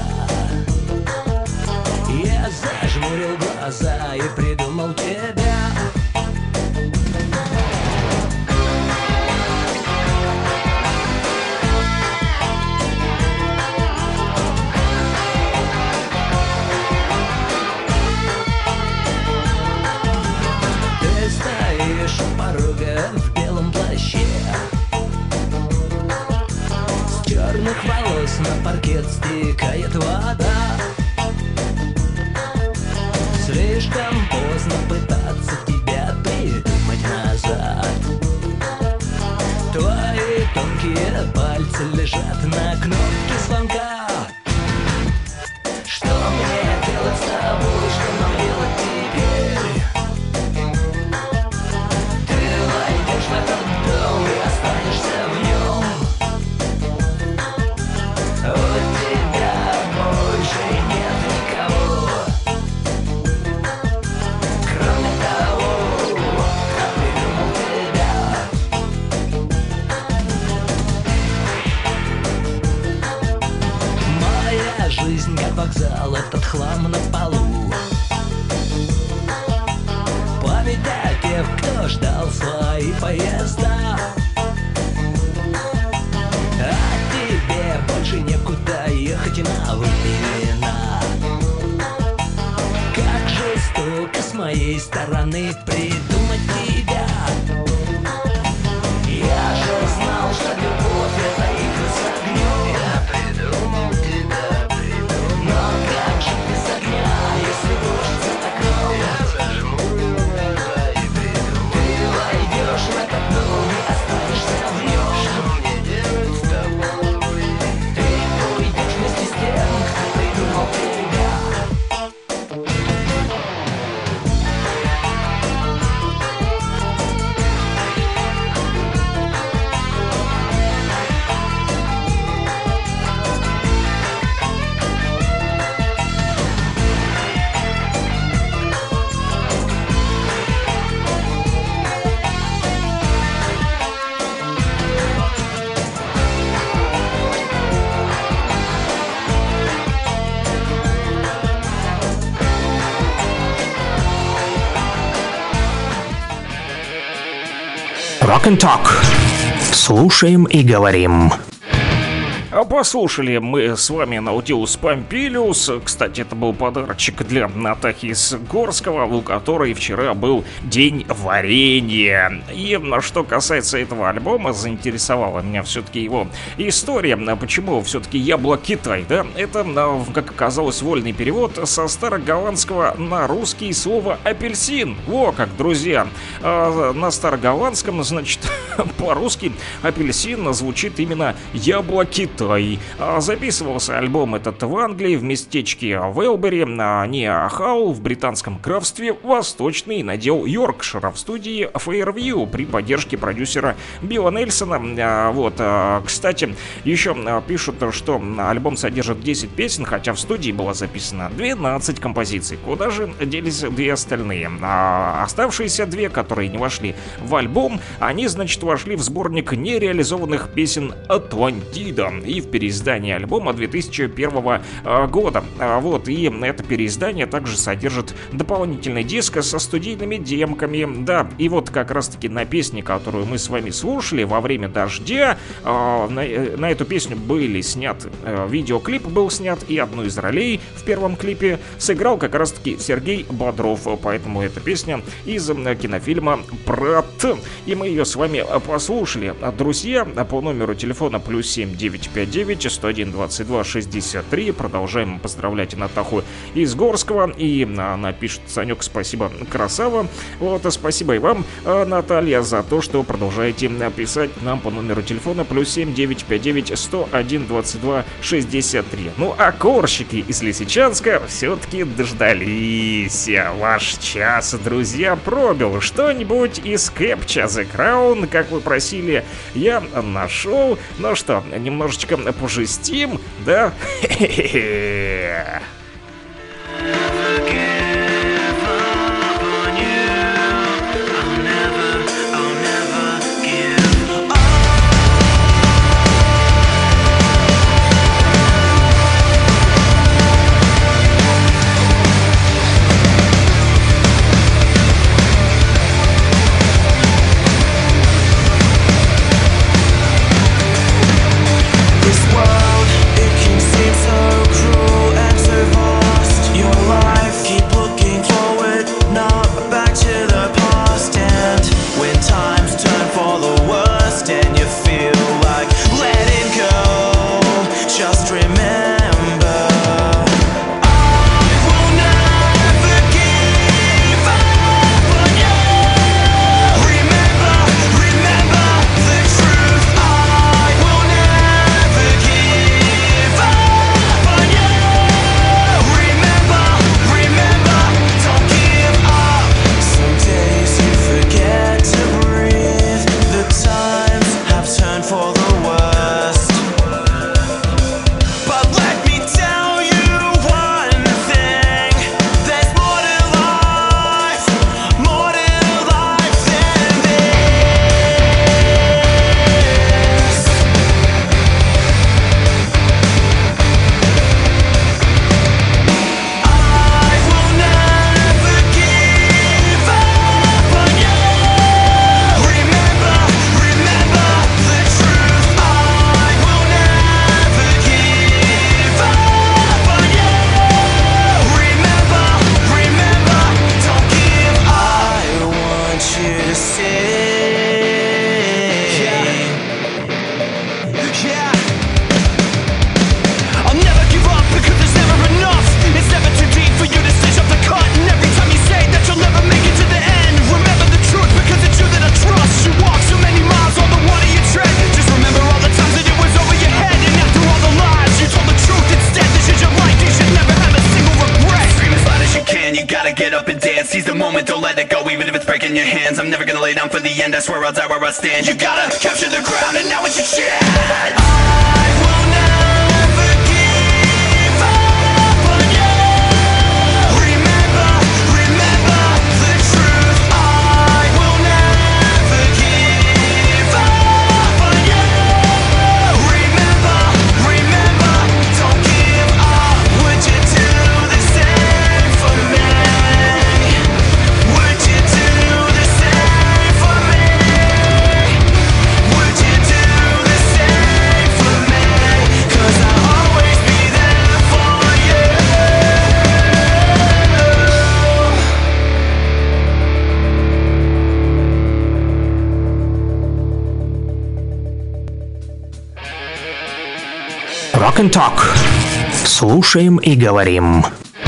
Я зажмурил глаза и придумал тебя. Ты стоишь у порога в белом плаще, черных волос на паркет стекает вода. Слишком поздно пытаться тебя придумать назад. Твои тонкие пальцы лежат на кнопке звонка. Что мне делать с тобой, что нам делать теперь? Ты войдешь в этот дом и останешься в нем. У тебя больше нет никого, кроме того, кто придумал тебя. Моя жизнь как вокзал, этот хлам на полу. Память о тех, кто ждал свои поезда. Больше некуда ехать и на времена. Как жестоко с моей стороны придумать тебя. Я же знал, что любовь — это игра с огнем. Я придумал тебя, придумал. Но как же без огня, если дождь за окном? Я зажмурил глаза и придумал. Ты войдешь в этот дом и останешься в нем. Что мне делать с тобой? Rock and Talk. Слушаем и говорим. Послушали мы с вами Наутилус Помпилиус. Кстати, это был подарочек для Натахи из Горского, у которой вчера был день варенья. И что касается этого альбома, заинтересовала меня все-таки его история. Почему все-таки Ябло-Китай, да? Это, как оказалось, вольный перевод со староголландского на русский слово апельсин. Во как, друзья. На староголландском, значит, по-русски апельсин звучит именно Ябло-Китай. Записывался альбом этот в Англии, в местечке Велбери, не Халл, в британском графстве Восточный надел Йоркшира, в студии Fairview при поддержке продюсера Билла Нельсона. Вот, кстати, еще пишут, что альбом содержит десять песен, хотя в студии было записано двенадцать композиций. Куда же делись две остальные? А оставшиеся две, которые не вошли в альбом, они, значит, вошли в сборник нереализованных песен «Атлантида» и в переиздании альбома две тысячи первого года. Вот, и это переиздание также содержит дополнительный диск со студийными демками. Да, и вот как раз-таки на песне, которую мы с вами слушали во время дождя, на, на эту песню были снят, видеоклип был снят, и одну из ролей в первом клипе сыграл как раз-таки Сергей Бодров, поэтому эта песня из кинофильма «Брат». И мы ее с вами послушали. Друзья, по номеру телефона плюс семь девятьсот пятьдесят девять сто один двадцать два шестьдесят три продолжаем поздравлять Натаху из Горского. И она пишет: Санек, спасибо, красава. Вот, спасибо и вам, Наталья, за то, что продолжаете писать нам по номеру телефона плюс семь девятьсот пятьдесят девять сто один двадцать два шестьдесят три. Ну а корщики из Лисичанска все-таки дождались. Ваш час, друзья, пробил. Что-нибудь из Capture the Crown, как вы просили, я нашел. Ну что, немножечко пожестим, да? Хе-хе-хе. It can seem so cruel and so vast. Your life, keep looking forward, not back to the past. And when times turn for the worst and you feel like letting go, just remember, I will never give up on you. Remember, remember the truth. I will never give up on you. Remember, remember, don't give up. Some days you forget to breathe. The times have turned for the worst. But let me tell you one thing: there's more to life, more to life than this. I will never give up on you. Remember, remember the truth. I will never give up on you. Remember, remember, don't give up. I want you to see. Yeah. I'll never give up because there's never enough. It's never too deep for you to stitch up the cut. And every time you say that you'll never make it to the end, remember the truth because it's you that I trust. You walk so many miles on the water you tread. Just remember all the times that it was over your head. And after all the lies, you told the truth instead. This is your life, you should never have a single regret. Scream as loud as you can, you gotta get up and dance. Seize the moment, don't let it go, even if it's breaking your hands. I'm never gonna lay down for the end, I swear I'll die where I stand. You gotta capture the ground and now it's your chance. I will never give up on you. Remember, remember the truth. I will never give up on you. Remember, remember, don't give up. Would you do the same for me? Would you do the same for me? Would you do the same for me? Rock and Talk. Слушаем и говорим.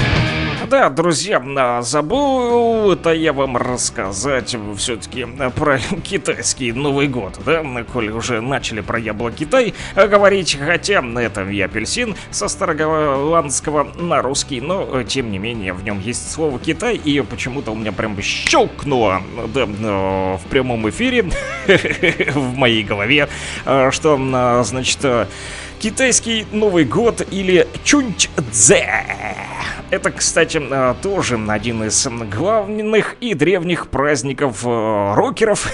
Да, друзья, а, забыл это я вам рассказать все-таки про китайский Новый год, да, коли уже начали про яблоко Китай говорить, хотя это и апельсин со староголландского на русский, но тем не менее в нем есть слово Китай, и почему-то у меня прям щелкнуло, да, в прямом эфире в моей голове, что, значит, китайский Новый год или Чунь-цзе. Это, кстати, тоже один из главных и древних праздников рокеров.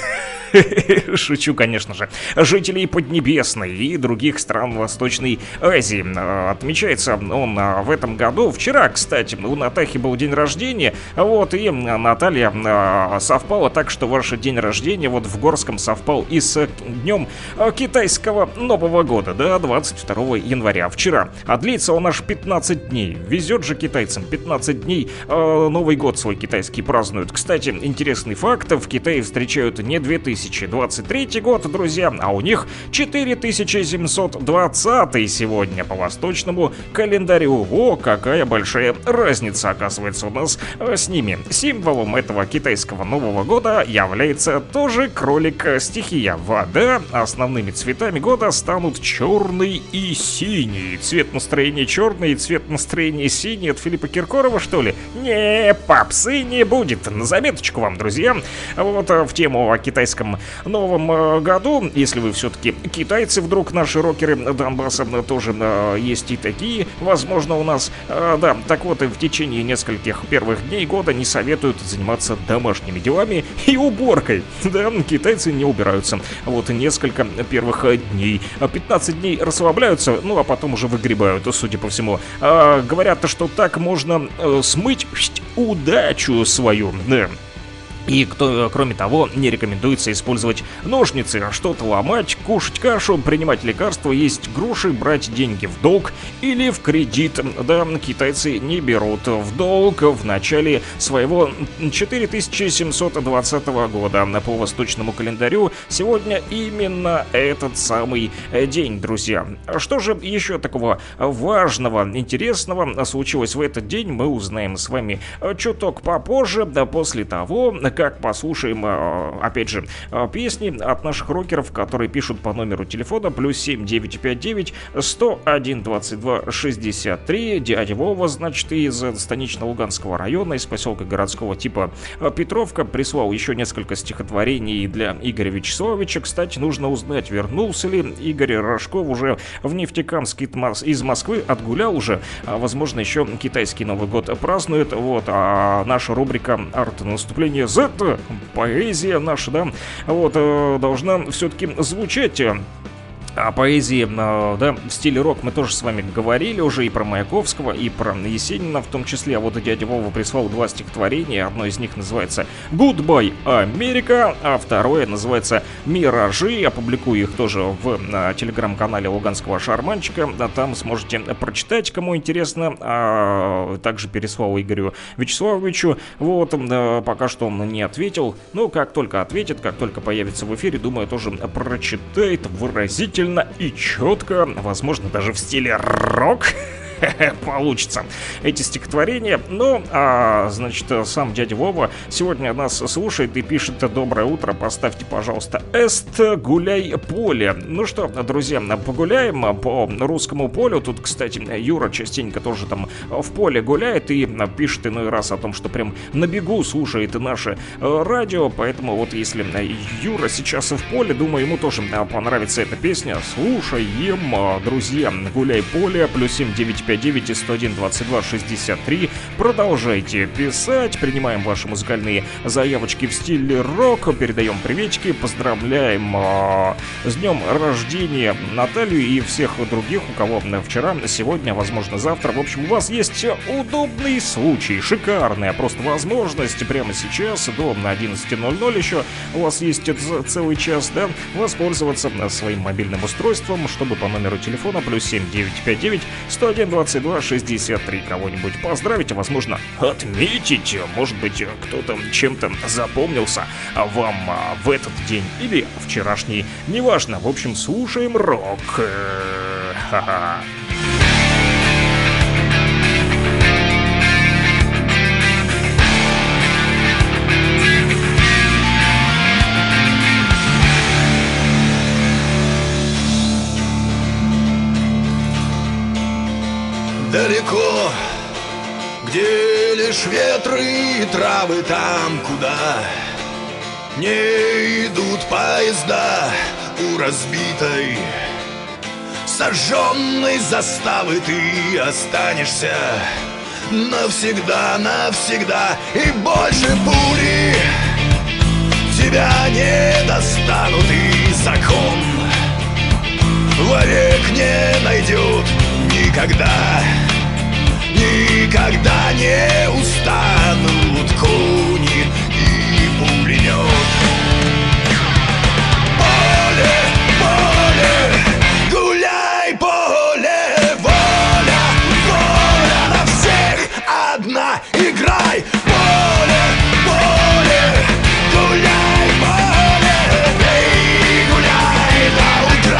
Шучу, конечно же. Жителей Поднебесной и других стран Восточной Азии. Отмечается он в этом году. Вчера, кстати, у Натахи был день рождения. Вот, и Наталья совпала так, что ваш день рождения вот в Горском совпал и с днем китайского Нового года, да, двадцать второго января. Вчера. А длится он аж пятнадцать дней. Везет же китайцам. пятнадцать дней Новый год свой китайский празднуют. Кстати, интересный факт. В Китае встречают не две тысячи двадцать третий год, друзья, а у них четыре тысячи семьсот двадцатый сегодня по восточному календарю. О, какая большая разница, оказывается, у нас с ними. Символом этого китайского Нового года является тоже кролик-стихия. Вода. Основными цветами года станут черный и синий. Цвет настроения черный и цвет настроения синий. От Филиппа Киркорова, что ли? Не, попсы не будет. На заметочку вам, друзья. Вот в тему о китайском Новом году, если вы все-таки китайцы, вдруг наши рокеры Донбасса тоже э, есть и такие, возможно, у нас, э, да, так вот, и в течение нескольких первых дней года не советуют заниматься домашними делами и уборкой. Да, китайцы не убираются. Вот несколько первых дней. пятнадцать дней расслабляются, ну а потом уже выгребают, судя по всему. Э, говорят, что так можно э, смыть удачу свою. Да. И кто, кроме того, не рекомендуется использовать ножницы, что-то ломать, кушать кашу, принимать лекарства, есть груши, брать деньги в долг или в кредит. Да, китайцы не берут в долг в начале своего четыре тысячи семьсот двадцатого года. По восточному календарю сегодня именно этот самый день, друзья. Что же еще такого важного, интересного случилось в этот день, мы узнаем с вами чуток попозже, да, после того, как послушаем, опять же, песни от наших рокеров, которые пишут по номеру телефона плюс семь девятьсот пятьдесят девять сто один двадцать два шестьдесят три. Дядя Вова, значит, из станично-Луганского района, из поселка городского типа Петровка, прислал еще несколько стихотворений для Игоря Вячеславовича. Кстати, нужно узнать, вернулся ли Игорь Рожков уже в Нефтекамск из Москвы, отгулял уже, возможно, еще китайский Новый год празднует. Вот, а наша рубрика «Арт-наступление Z», поэзия наша, да, вот, должна все-таки звучать. О поэзии, да, в стиле рок мы тоже с вами говорили уже и про Маяковского, и про Есенина в том числе. А вот дядя Вова прислал два стихотворения. Одно из них называется «Goodbye, Америка», а второе называется «Миражи». Опубликую их тоже в телеграм-канале Луганского шарманчика. Там сможете прочитать, кому интересно. А также переслал Игорю Вячеславовичу. Вот, пока что он не ответил. Но как только ответит, как только появится в эфире, думаю, тоже прочитает выразительно и четко, возможно, даже в стиле рок. Получится эти стихотворения. Ну, а, значит, сам дядя Вова сегодня нас слушает и пишет: доброе утро, поставьте, пожалуйста, Эст гуляй поле. Ну что, друзья, погуляем по русскому полю. Тут, кстати, Юра частенько тоже там в поле гуляет и пишет иной раз о том, что прям на бегу слушает наше радио. Поэтому вот если Юра сейчас в поле, думаю, ему тоже понравится эта песня. Слушаем, друзья, гуляй поле, плюс семь девятьсот пятьдесят девять сто один двадцать два шестьдесят три. Продолжайте писать, принимаем ваши музыкальные заявочки в стиле рок, передаем приветики, поздравляем э, с днем рождения Наталью и всех других, у кого вчера, сегодня, возможно, завтра. В общем, у вас есть удобный случай, шикарная просто возможность прямо сейчас до одиннадцати ноль-ноль еще у вас есть целый час, да, воспользоваться своим мобильным устройством, чтобы по номеру телефона плюс семь девятьсот пятьдесят девять сто один двадцать два шестьдесят три кого-нибудь поздравить, а возможно отметить. Может быть, кто-то чем-то запомнился вам в этот день или вчерашний, неважно. В общем, слушаем рок. Ха-ха. далеко, где лишь ветры и травы, там, куда не идут поезда, у разбитой сожженной заставы ты останешься навсегда, навсегда. И больше пули тебя не достанут, и закон вовек не найдет никогда. Никогда не устанут кони и пулемет. Поле, поле, гуляй, поле, воля, воля на всех одна, играй. Поле, поле, гуляй, поле, и гуляй до утра.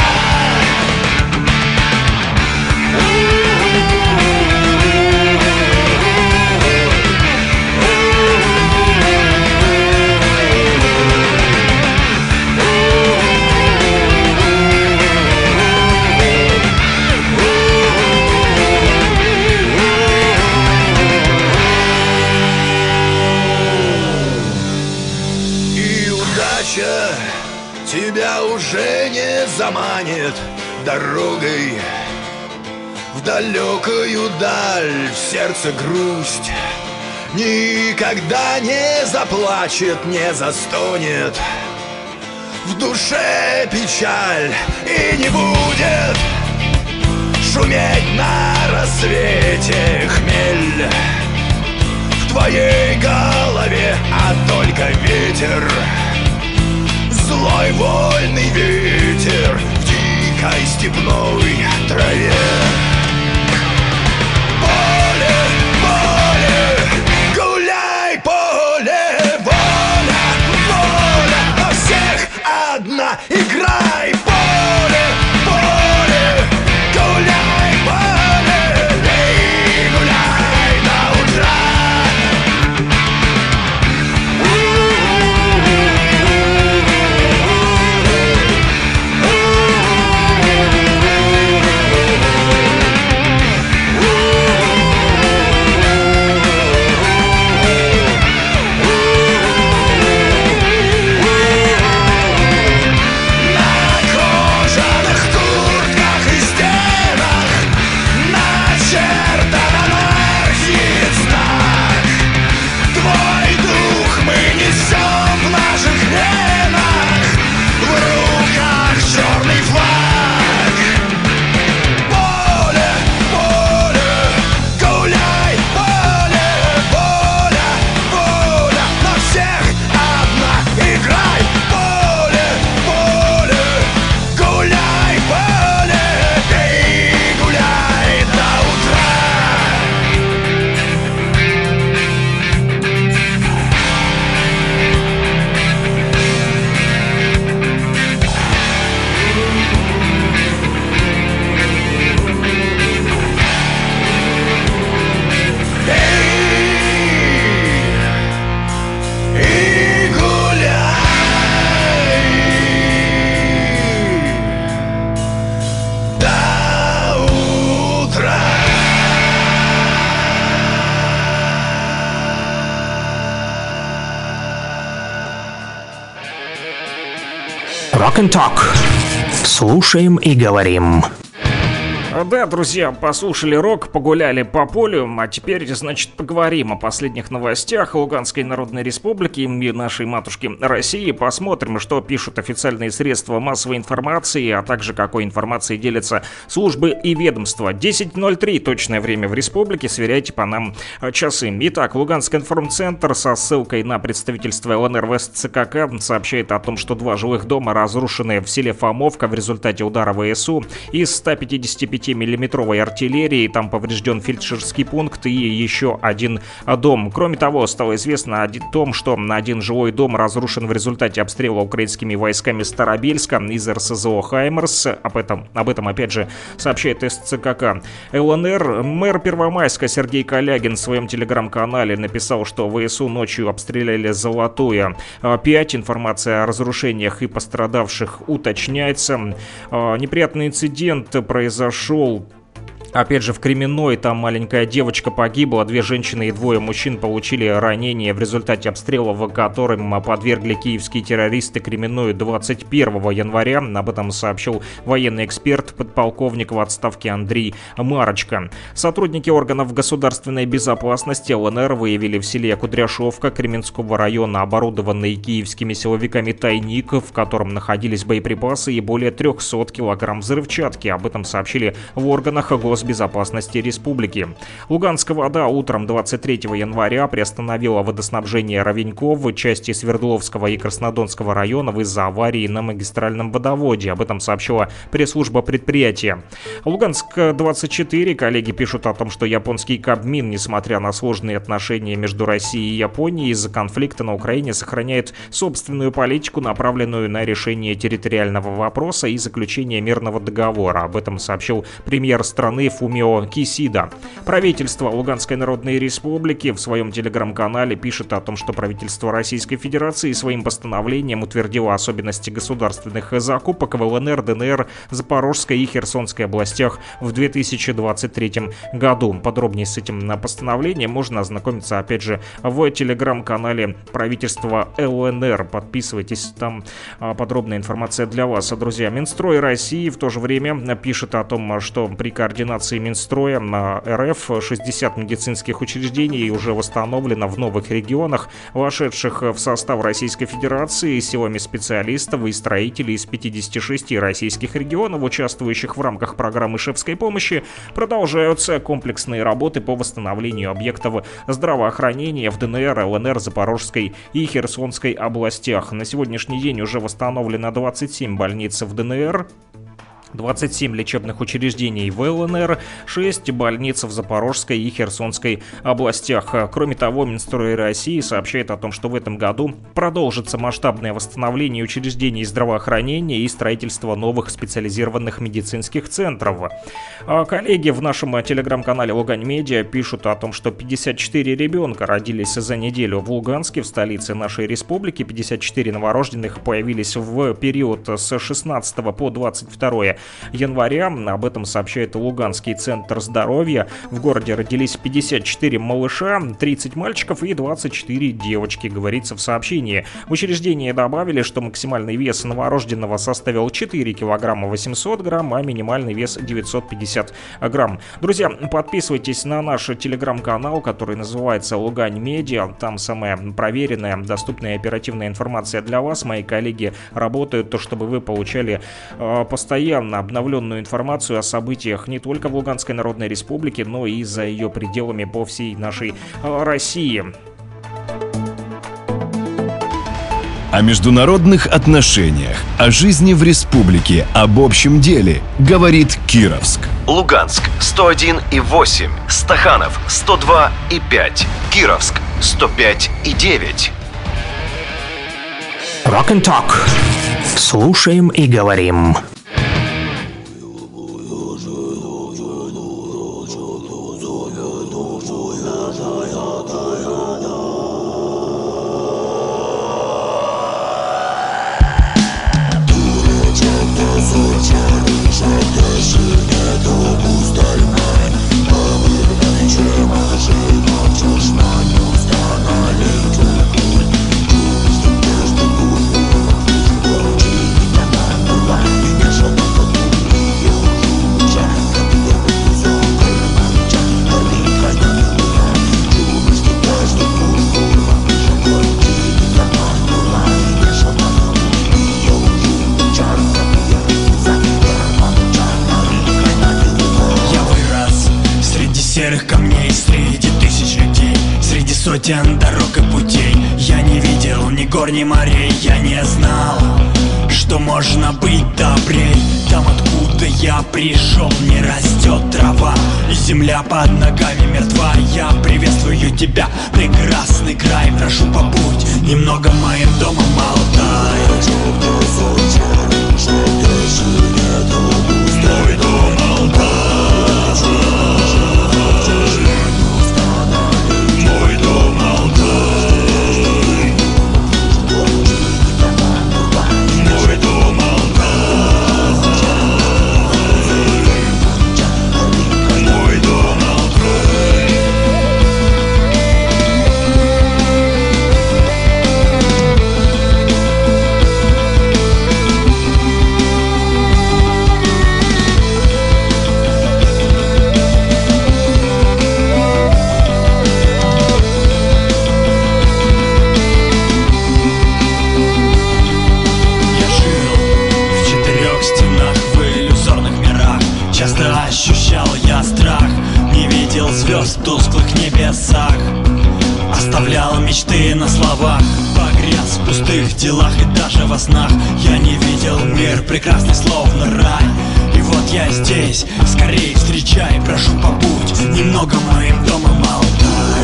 Тебя уже не заманит дорогой в далекую даль, в сердце грусть никогда не заплачет, не застонет в душе печаль, и не будет шуметь на рассвете хмель в твоей голове, а только ветер. Злой вольный ветер в дикой степной траве. Поле, поле, гуляй, поле, воля, воля на всех одна, играй. Поле, поле, гуляй, поле, и гуляй до утра. Rock and Talk. Слушаем и говорим. Да, друзья, послушали рок, погуляли по полю, а теперь, значит, поговорим о последних новостях Луганской Народной Республики и нашей матушки России. Посмотрим, что пишут официальные средства массовой информации, а также какой информацией делятся службы и ведомства. десять ноль три точное время в республике, сверяйте по нам часы. Итак, Луганский информцентр со ссылкой на представительство ЛНР в СЦКК сообщает о том, что два жилых дома разрушены в селе Фомовка в результате удара ВСУ из ста пятидесяти пяти миллиметровой артиллерии. Там поврежден фельдшерский пункт и еще один дом. Кроме того, стало известно о том, что один жилой дом разрушен в результате обстрела украинскими войсками Старобельска из РСЗО «Хаймерс». Об этом, об этом опять же сообщает СЦКК ЛНР. Мэр Первомайска Сергей Калягин в своем телеграм-канале написал, что ВСУ ночью обстреляли Золотое пять. Информация о разрушениях и пострадавших уточняется. Неприятный инцидент произошел Опять же, в Кременной там маленькая девочка погибла, две женщины и двое мужчин получили ранения в результате обстрелов, которым подвергли киевские террористы Кременную двадцать первого января. Об этом сообщил военный эксперт, подполковник в отставке Андрей Марочка. Сотрудники органов государственной безопасности ЛНР выявили в селе Кудряшовка Кременского района оборудованный киевскими силовиками тайник, в котором находились боеприпасы и более трехсот килограмм взрывчатки. Об этом сообщили в органах госбезопасности безопасности республики. Луганская вода утром двадцать третьего января приостановила водоснабжение Ровеньков в части Свердловского и Краснодонского районов из-за аварии на магистральном водоводе. Об этом сообщила пресс-служба предприятия. Луганск-двадцать четыре. Коллеги пишут о том, что японский Кабмин, несмотря на сложные отношения между Россией и Японией из-за конфликта на Украине, сохраняет собственную политику, направленную на решение территориального вопроса и заключение мирного договора. Об этом сообщил премьер страны Фумио Кисида. Правительство Луганской Народной Республики в своем телеграм-канале пишет о том, что правительство Российской Федерации своим постановлением утвердило особенности государственных закупок в ЛНР, ДНР, Запорожской и Херсонской областях в две тысячи двадцать третьем году. Подробнее с этим постановлением можно ознакомиться, опять же, в телеграм-канале правительства ЛНР. Подписывайтесь, там подробная информация для вас. Друзья, Минстрой России в то же время пишет о том, что при координации Минстроя на РФ шестьдесят медицинских учреждений уже восстановлено в новых регионах, вошедших в состав Российской Федерации, силами специалистов и строителей из пятидесяти шести российских регионов, участвующих в рамках программы шефской помощи. Продолжаются комплексные работы по восстановлению объектов здравоохранения в ДНР, ЛНР, Запорожской и Херсонской областях. На сегодняшний день уже восстановлено двадцать семь больниц в ДНР, двадцать семь лечебных учреждений в ЛНР, шесть больниц в Запорожской и Херсонской областях. Кроме того, Минстрой России сообщает о том, что в этом году продолжится масштабное восстановление учреждений здравоохранения и строительство новых специализированных медицинских центров. А коллеги в нашем телеграм-канале Лугань Медиа пишут о том, что пятьдесят четыре ребенка родились за неделю в Луганске, в столице нашей республики. пятьдесят четыре новорожденных появились в период с шестнадцатого по двадцать второе января. Об этом сообщает Луганский центр здоровья. В городе родились пятьдесят четыре малыша, тридцать мальчиков и двадцать четыре девочки, говорится в сообщении. В учреждении добавили, что максимальный вес новорожденного составил четыре килограмма восемьсот грамм, а минимальный вес девятьсот пятьдесят грамм. Друзья, подписывайтесь на наш телеграм-канал, который называется Лугань Медиа. Там самая проверенная, доступная и оперативная информация для вас. Мои коллеги работают, чтобы вы получали э, постоянно обновленную информацию о событиях не только в Луганской Народной Республике, но и за ее пределами по всей нашей э, России. О международных отношениях, о жизни в республике, об общем деле говорит Кировск. Луганск сто один и восемь, Стаханов сто два и пять, Кировск сто пять и девять. Rock and Talk. Слушаем и говорим. Сотен дорог и путей я не видел ни гор, ни морей. Я не знал, что можно быть добрей. Там, откуда я пришел, не растет трава, и земля под ногами мертва. Я приветствую тебя, прекрасный край. Прошу, побудь немного моим домом, Алтай. Мой дом, Алтай. Мой знал я страх, не видел звезд в тусклых небесах, оставлял мечты на словах, погряз в пустых делах и даже во снах. Я не видел мир прекрасный, словно рай. И вот я здесь, скорее встречай, прошу побудь немного моим домом Алтай.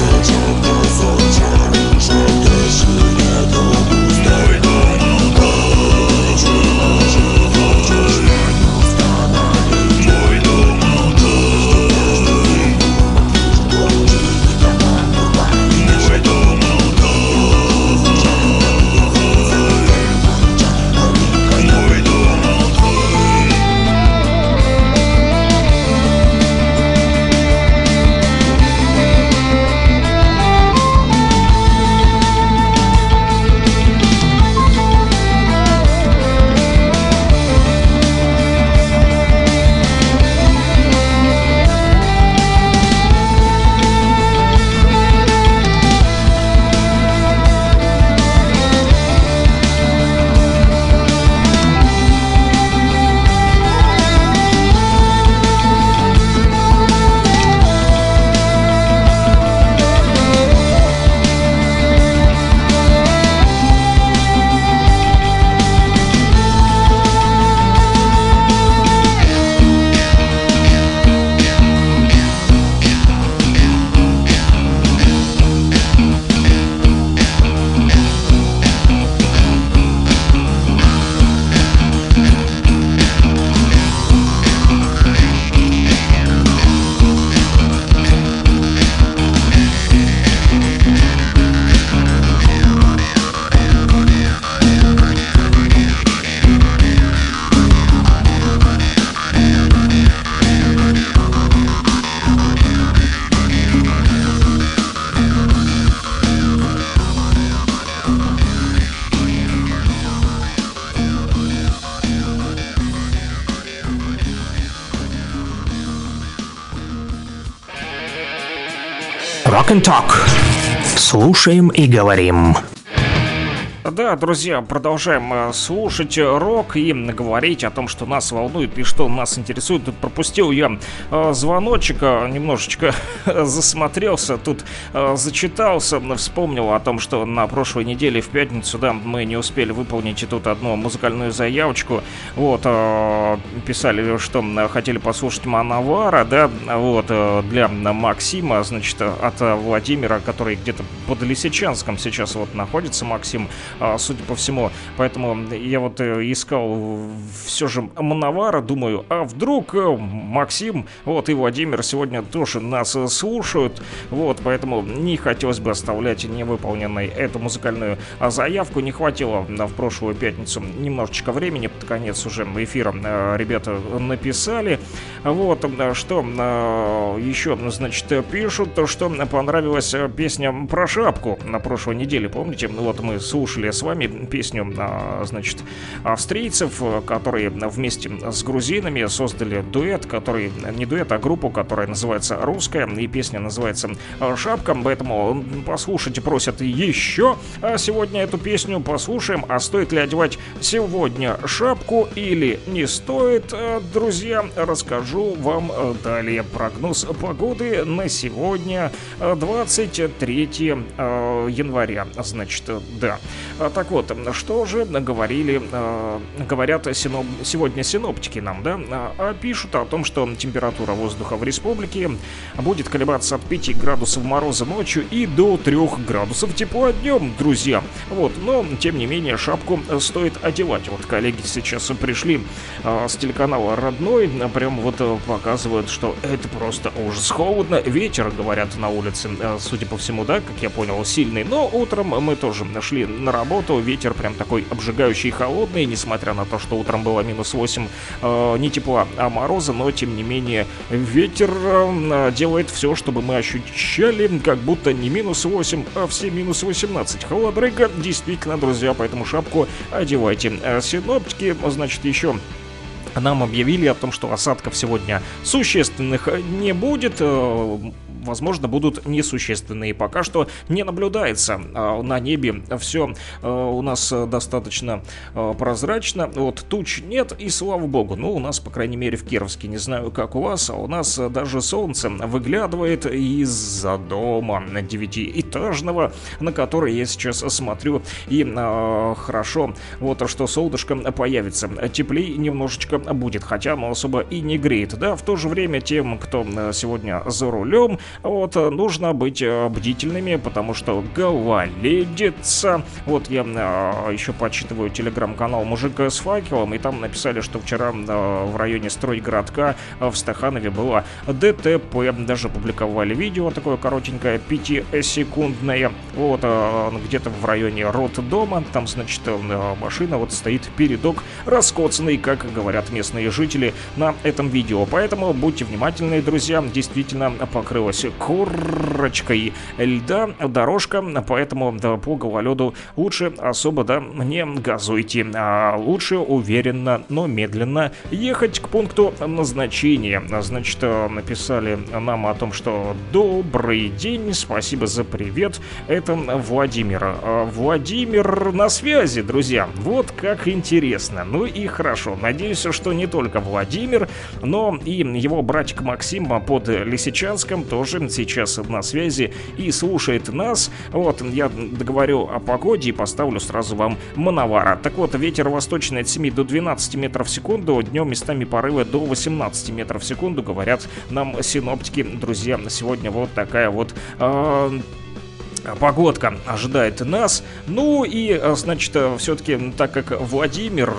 Rock and Talk. Слушаем и говорим. Да, друзья, продолжаем э, слушать рок и говорить о том, что нас волнует и что нас интересует. Тут пропустил я э, звоночек, э, немножечко засмотрелся, тут э, зачитался, вспомнил о том, что на прошлой неделе в пятницу, да, мы не успели выполнить тут одну музыкальную заявочку. Вот, э, писали, что хотели послушать Мановара, да, вот, э, для Максима, значит, от Владимира, который где-то под Лисичанском сейчас вот находится, Максим, судя по всему. Поэтому я вот искал все же Мановара, думаю, а вдруг Максим, вот, и Владимир сегодня тоже нас слушают, вот, поэтому не хотелось бы оставлять невыполненной эту музыкальную заявку. Не хватило в прошлую пятницу немножечко времени, под конец уже эфира ребята написали. Вот, что еще, значит, пишут, что понравилась песня про шапку на прошлой неделе, помните? Вот мы слушали с вами песню, значит, австрийцев, которые вместе с грузинами создали дуэт, который, не дуэт, а группу, которая называется «Русская», и песня называется «Шапка», поэтому послушайте, просят еще сегодня эту песню, послушаем. А стоит ли одевать сегодня шапку или не стоит, друзья, расскажу вам далее. Прогноз погоды на сегодня, двадцать третье января, значит, да. Так вот, что же говорили, э, говорят синоп... сегодня синоптики нам, да, а пишут о том, что температура воздуха в республике будет колебаться от пяти градусов мороза ночью и до трёх градусов тепла днем, друзья. Вот, но, тем не менее, шапку стоит одевать. Вот коллеги сейчас пришли э, с телеканала «Родной», прям вот показывают, что это просто ужас. Холодно, ветер, говорят, на улице, э, судя по всему, да, как я понял, сильный, но утром мы тоже шли на работу, ветер прям такой обжигающий, холодный, несмотря на то, что утром было минус восемь, э, не тепла, а мороза, но тем не менее ветер э, делает все, чтобы мы ощущали, как будто не минус восемь, а все минус восемнадцать. Холодрыга, действительно, друзья, поэтому шапку одевайте. Синоптики, значит, еще нам объявили о том, что осадков сегодня существенных не будет. Возможно, будут несущественные. Пока что не наблюдается на небе. Все у нас достаточно прозрачно. Вот туч нет, и слава богу. Ну, у нас, по крайней мере, в Кировске, не знаю, как у вас, а у нас даже солнце выглядывает из-за дома девятиэтажного, на который я сейчас смотрю. И э, хорошо, вот что солнышко появится. Теплее немножечко будет, хотя оно особо и не греет. Да, в то же время тем, кто сегодня за рулем, вот, нужно быть бдительными, потому что гололедица. Вот я э, еще почитываю телеграм-канал «Мужик с факелом», и там написали, что вчера э, в районе стройгородка в Стаханове было ДТП. Даже публиковали видео такое коротенькое, пятисекундное. Вот, э, где-то в районе роддома. Там, значит, э, машина вот стоит, передок раскоцанный, как говорят местные жители на этом видео. Поэтому будьте внимательны, друзья. Действительно покрылась корочкой льда дорожка, поэтому да, по гололеду лучше особо да не газуйте, а лучше уверенно, но медленно ехать к пункту назначения. Значит, написали нам о том, что добрый день, спасибо за привет, это Владимир. Владимир на связи, друзья, вот как интересно. Ну и хорошо, надеюсь, что не только Владимир, но и его братик Максим под Лисичанском тоже сейчас на связи и слушает нас. Вот, я договорю о погоде и поставлю сразу вам мановара. Так вот, ветер восточный от семи до двенадцати метров в секунду, днем местами порывы до восемнадцати метров в секунду, говорят нам синоптики. Друзья, сегодня вот такая вот... Э погодка ожидает нас. Ну и, значит, все-таки, так как Владимир...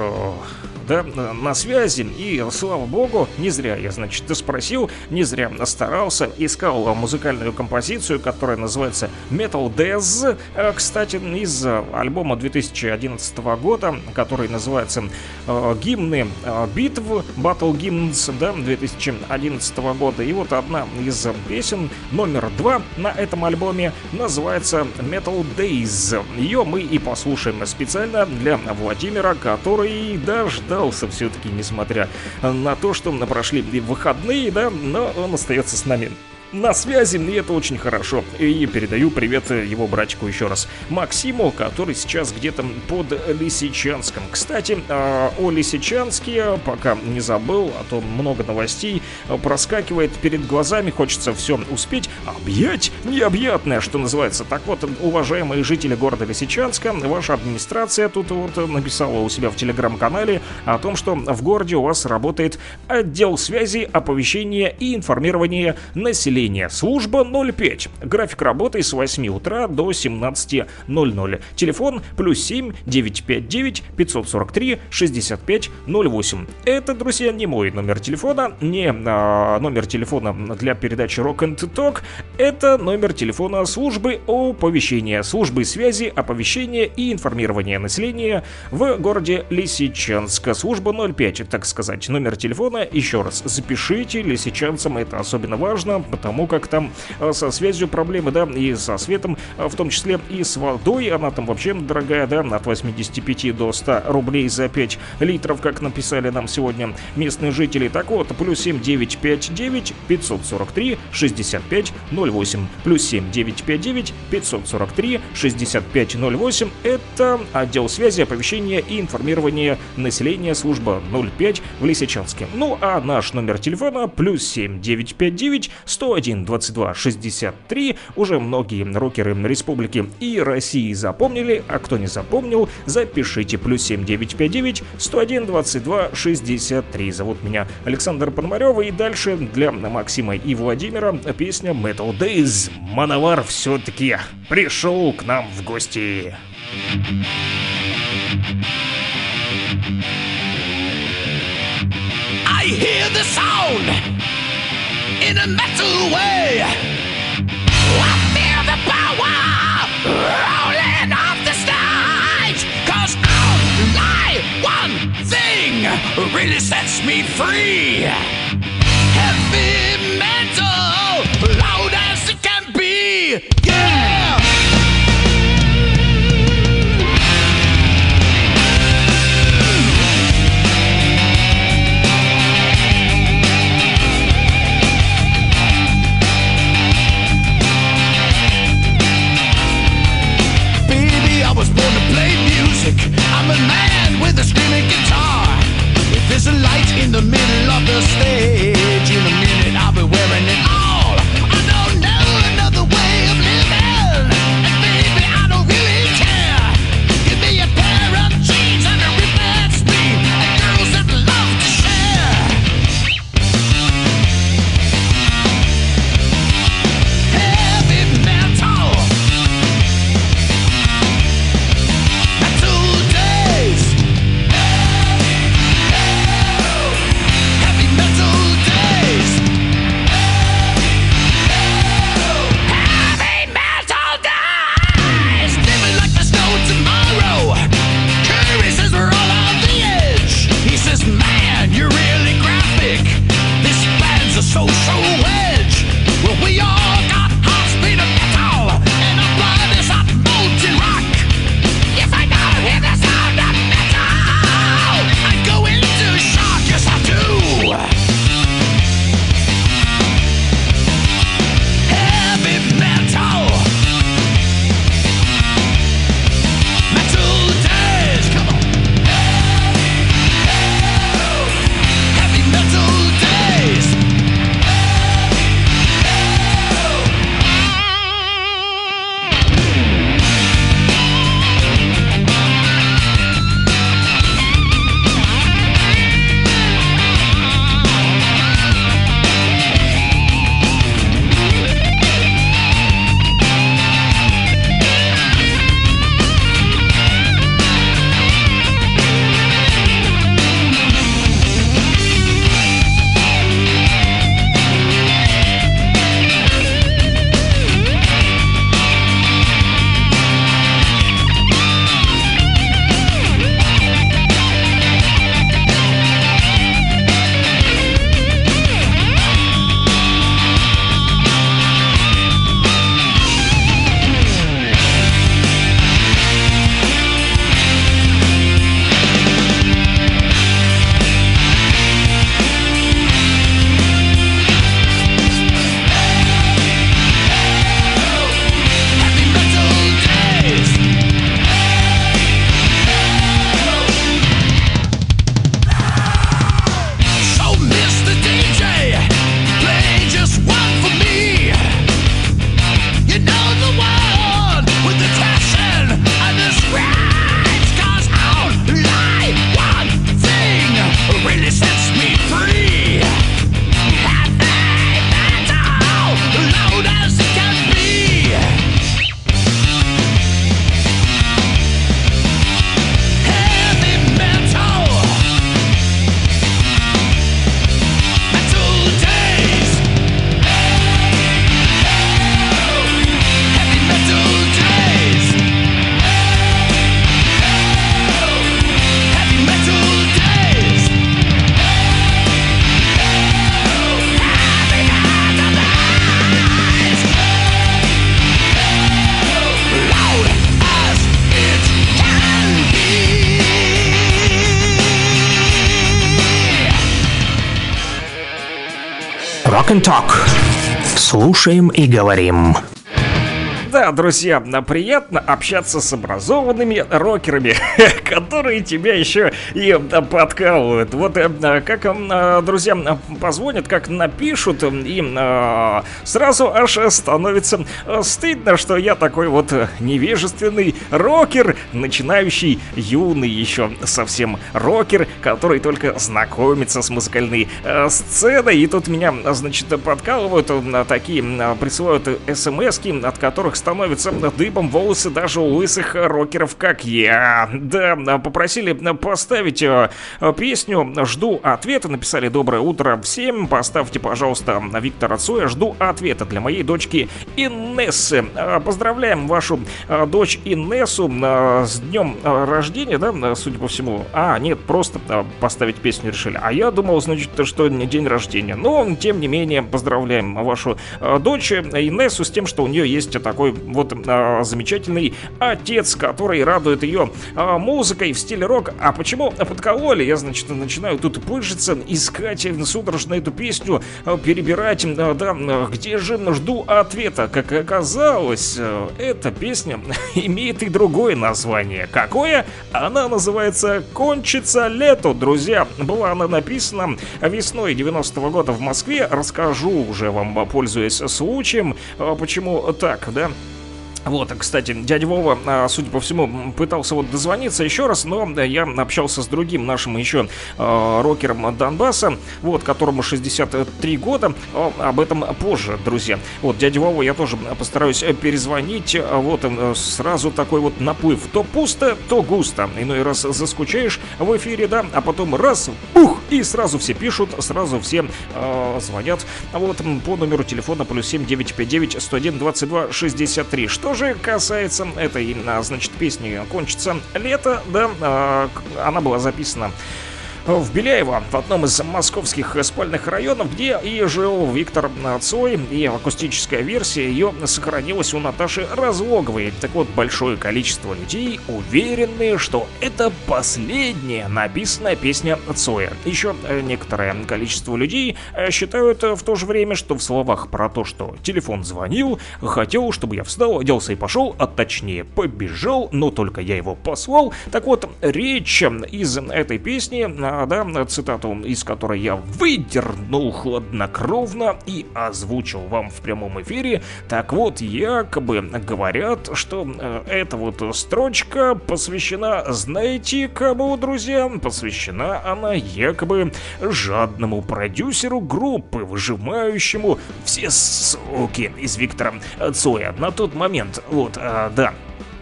да, на связи, и слава богу, не зря я, значит, спросил, не зря старался, искал музыкальную композицию, которая называется Metal Death, кстати, из альбома две тысячи одиннадцатого года, который называется э, «Гимны битв», Battle Hymns, да, две тысячи одиннадцатого года, и вот одна из песен, номер два на этом альбоме, называется Metal Days. Ее мы и послушаем специально для Владимира, который дождался все-таки, несмотря на то, что прошли выходные, да, но он остается с нами на связи, и это очень хорошо. И передаю привет его братику еще раз, Максиму, который сейчас где-то под Лисичанском. Кстати, о Лисичанске, пока не забыл, а то много новостей проскакивает перед глазами, хочется все успеть объять необъятное, что называется. Так вот, уважаемые жители города Лисичанска, ваша администрация тут вот написала у себя в телеграм-канале о том, что в городе у вас работает отдел связи, оповещения и информирования населения. Служба ноль пять. График работы с восьми утра до семнадцати ноль-ноль. Телефон плюс семь девятьсот пятьдесят девять пятьсот сорок три шестьдесят пять ноль восемь. Это, друзья, не мой номер телефона, не а, номер телефона для передачи Rock and Talk. Это номер телефона службы оповещения, службы связи, оповещения и информирования населения в городе Лисичанск. Служба ноль пять, так сказать, номер телефона. Еще раз запишите, лисичанцам это особенно важно, потому Потому как там со связью проблемы, да, и со светом, в том числе и с водой. Она там вообще дорогая, да, от восьмидесяти пяти до ста рублей за пять литров, как написали нам сегодня местные жители. Так вот, плюс семь девятьсот пятьдесят девять пятьсот сорок три шестьдесят пять ноль восемь. Плюс семь девятьсот пятьдесят девять пятьсот сорок три шестьдесят пять ноль восемь. Это отдел связи, оповещения и информирования населения, служба ноль пять в Лисичанске. Ну а наш номер телефона плюс семь девятьсот пятьдесят девять сто один двадцать два шестьдесят три. Уже многие рокеры республики и России запомнили, а кто не запомнил, запишите. Плюс семь девятьсот пятьдесят девять сто один двадцать два шестьдесят три. Зовут меня Александр Пономарев, и дальше для Максима и Владимира песня Metal Days. Мановар все-таки пришел к нам в гости. I hear the sound in a metal way. I feel the power rolling off the stage. Cause only one thing really sets me free. Heavy metal, loud as it can be. Yeah! Rock and Talk. Слушаем и говорим. Да, друзья, приятно общаться с образованными рокерами, которые тебя еще и подкалывают. Вот как друзья позвонят, как напишут, и сразу аж становится стыдно, что я такой вот невежественный рокер, начинающий, юный еще совсем рокер, который только знакомится с музыкальной сценой. И тут меня, значит, подкалывают, такие присылают смс-ки, от которых становятся дыбом волосы даже у лысых рокеров, как я. Да, попросили поставить песню «Жду ответа». Написали: доброе утро всем. Поставьте, пожалуйста, Виктора Цоя «Жду ответа» для моей дочки Инессы. Поздравляем вашу дочь Инессу с днем рождения, да, судя по всему. А, нет, просто поставить песню решили. А я думал, значит, что не день рождения. Но, тем не менее, поздравляем вашу дочь Инессу с тем, что у нее есть такой вот а, замечательный отец, который радует ее а, музыкой в стиле рок. А почему подкололи? Я, значит, начинаю тут пыжиться, искать судорожно эту песню, а, перебирать, а, да, где же жду ответа. Как оказалось, а, эта песня имеет и другое название. Какое? Она называется «Кончится лето», друзья. Была она написана весной девяностого года в Москве. Расскажу уже вам, пользуясь случаем, а, почему так, да. Вот, кстати, дядя Вова, судя по всему, пытался вот дозвониться еще раз, но я общался с другим нашим еще э, рокером Донбасса, вот, которому шестьдесят три года, об этом позже, друзья. Вот, дядя Вова я тоже постараюсь перезвонить, вот, сразу такой вот наплыв, то пусто, то густо, иной раз заскучаешь в эфире, да, а потом раз, ух, и сразу все пишут, сразу все э, звонят, вот, по номеру телефона плюс семь девятьсот пятьдесят девять сто один двадцать два шестьдесят три. Что же касается этой, значит, песни «Кончится лето», да, она была записана в Беляево, в одном из московских спальных районов, где и жил Виктор Цой, и акустическая версия ее сохранилась у Наташи Разлоговой. Так вот, большое количество людей уверены, что это последняя написанная песня Цоя. Еще некоторое количество людей считают в то же время, что в словах про то, что телефон звонил, хотел, чтобы я встал, оделся и пошел, а точнее побежал, но только я его послал. Так вот, речь из этой песни, да, цитату из которой я выдернул хладнокровно и озвучил вам в прямом эфире. Так вот, якобы говорят, что э, эта вот строчка посвящена, знаете кому, друзья? Посвящена она якобы жадному продюсеру группы, выжимающему все соки из Виктора Цоя на тот момент. Вот, э, да.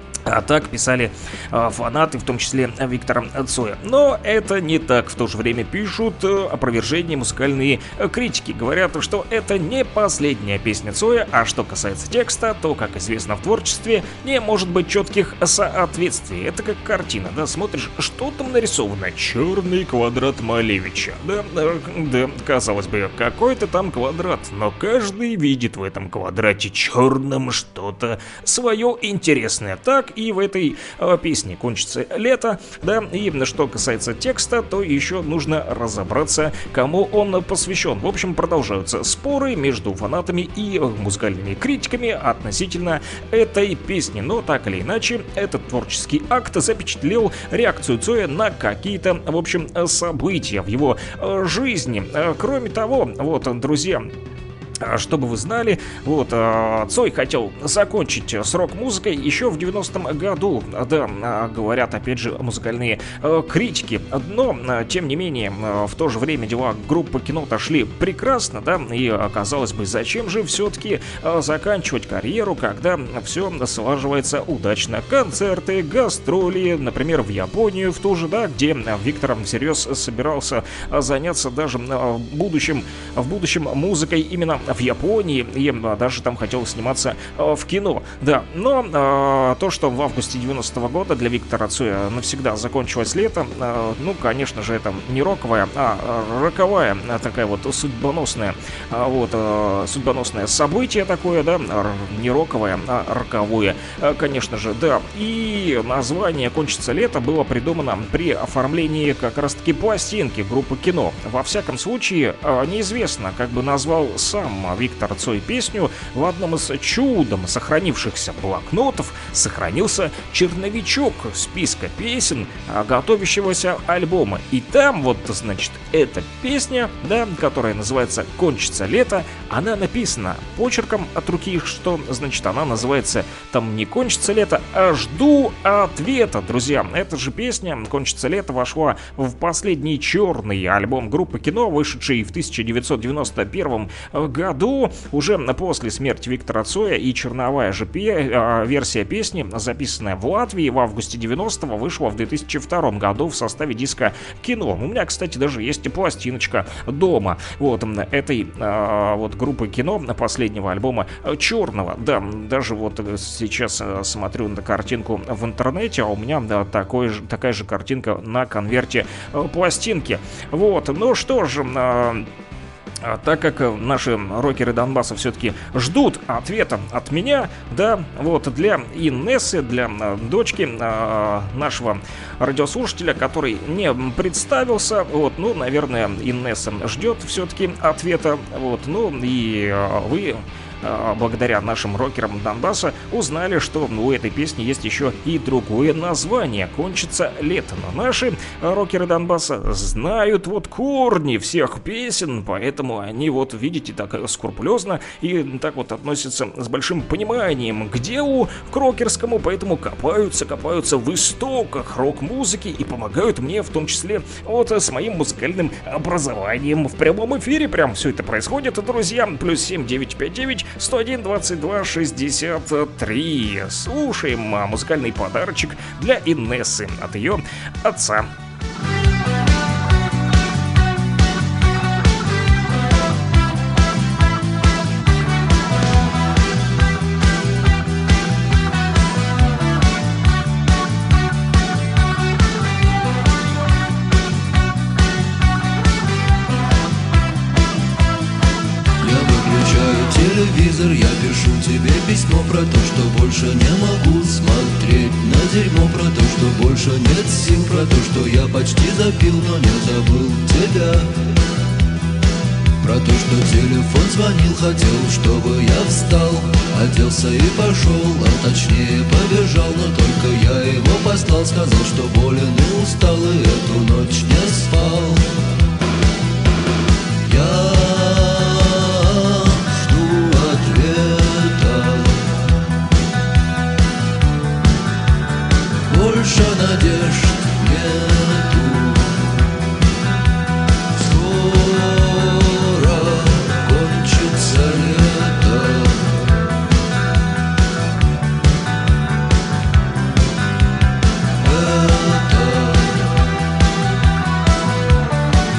А так писали э, фанаты, в том числе Виктора Цоя. Но это не так. В то же время пишут э, опровержение музыкальные э, критики. Говорят, что это не последняя песня Цоя. А что касается текста, то, как известно в творчестве, не может быть четких соответствий. Это как картина, да, смотришь, что там нарисовано. Черный квадрат Малевича. Да, да, да, казалось бы, какой-то там квадрат. Но каждый видит в этом квадрате черном что-то свое интересное. Так и в этой э, песне «Кончится лето», да, и что касается текста, то еще нужно разобраться, кому он посвящен. В общем, продолжаются споры между фанатами и музыкальными критиками относительно этой песни, но так или иначе, этот творческий акт запечатлел реакцию Цоя на какие-то, в общем, события в его э, жизни. Э, кроме того, вот, друзья, чтобы вы знали, вот, Цой хотел закончить с рок-музыкой еще в девяностом году, да, говорят, опять же, музыкальные критики, но, тем не менее, в то же время дела группы Кино-то шли прекрасно, да, и, казалось бы, зачем же все-таки заканчивать карьеру, когда все слаживается удачно. Концерты, гастроли, например, в Японию в ту же, да, где Виктор всерьез собирался заняться даже в будущем, в будущем музыкой именно в Японии и даже там хотел сниматься в кино. Да, но э, то, что в августе девяностого года для Виктора Цоя навсегда закончилось лето, э, ну, конечно же, это не роковая, а роковая такая вот судьбоносная, вот, э, судьбоносное событие такое, да, не роковое, а роковое, э, конечно же, да. И название «Кончится лето» было придумано при оформлении как раз-таки пластинки группы «Кино». Во всяком случае, э, неизвестно, как бы назвал сам Виктор Цой песню. В одном из чудом сохранившихся блокнотов сохранился черновичок списка песен готовящегося альбома. И там вот, значит, эта песня, да, которая называется «Кончится лето», она написана почерком от руки, что, значит, она называется там не «Кончится лето», а «Жду ответа», друзья. Эта же песня «Кончится лето» вошла в последний черный альбом группы «Кино», вышедший в тысяча девятьсот девяносто первом году, уже после смерти Виктора Цоя, и черновая же пе- версия песни, записанная в Латвии в августе девяностого, вышла в две тысячи втором году в составе диска «Кино». У меня, кстати, даже есть пластиночка дома вот этой а, вот группы «Кино», последнего альбома черного. Да, даже вот сейчас смотрю на картинку в интернете, а у меня, да, такой же, такая же картинка на конверте пластинки. Вот, ну что же... А, так как наши рокеры Донбасса все-таки ждут ответа от меня, да, вот для Инессы, для дочки э, нашего радиослушателя, который не представился, вот, ну, наверное, Инесса ждет все-таки ответа, вот, ну, и э, вы... благодаря нашим рокерам Донбасса узнали, что у этой песни есть еще и другое название «Кончится лето». Но наши рокеры Донбасса знают вот корни всех песен, поэтому они вот, видите, так скрупулезно и так вот относятся с большим пониманием к делу, к рокерскому, поэтому копаются, копаются в истоках рок-музыки и помогают мне, в том числе вот с моим музыкальным образованием. В прямом эфире прям все это происходит, друзья. Плюс семь девять пять девять сто один двадцать два шестьдесят три. Слушаем музыкальный подарочек для Инессы от ее отца. Я пишу тебе письмо про то, что больше не могу смотреть на дерьмо, про то, что больше нет сил, про то, что я почти запил, но не забыл тебя, про то, что телефон звонил, хотел, чтобы я встал, оделся и пошел, а точнее побежал, но только я его послал, сказал, что болен и устал, и эту ночь не спал. Я больше надежд нету. Скоро кончится лето. Это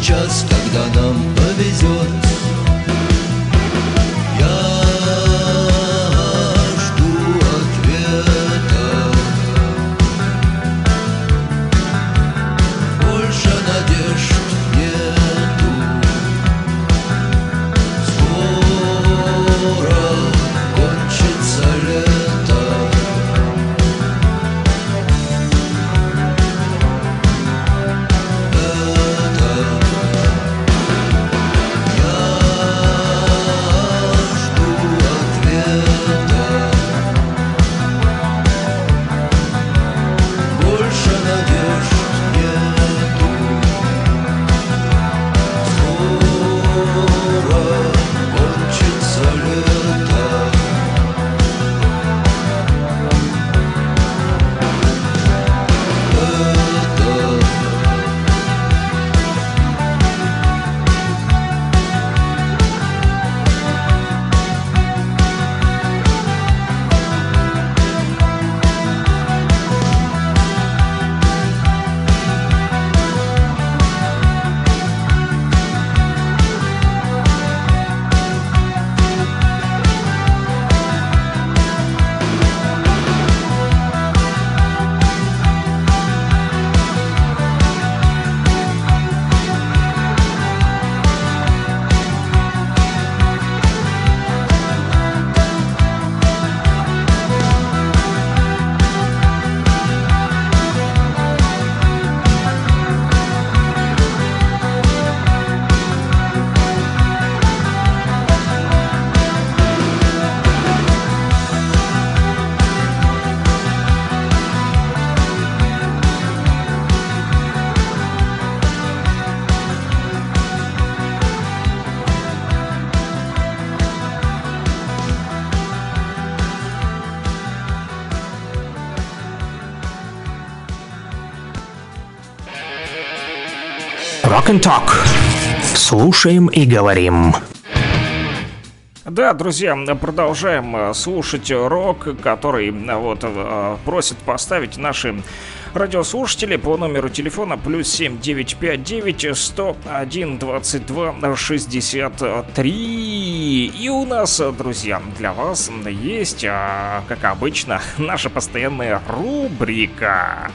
час, когда нам повезет. Я жду ответа. Больше надежд нету. Скоро кончится лето. Rock and Talk. Слушаем и говорим. Да, друзья, продолжаем слушать рок, который вот просит поставить наши радиослушатели по номеру телефона плюс семь девять пять девять сто один двадцать два шестьдесят три. И у нас, друзья, для вас есть, как обычно, наша постоянная рубрика.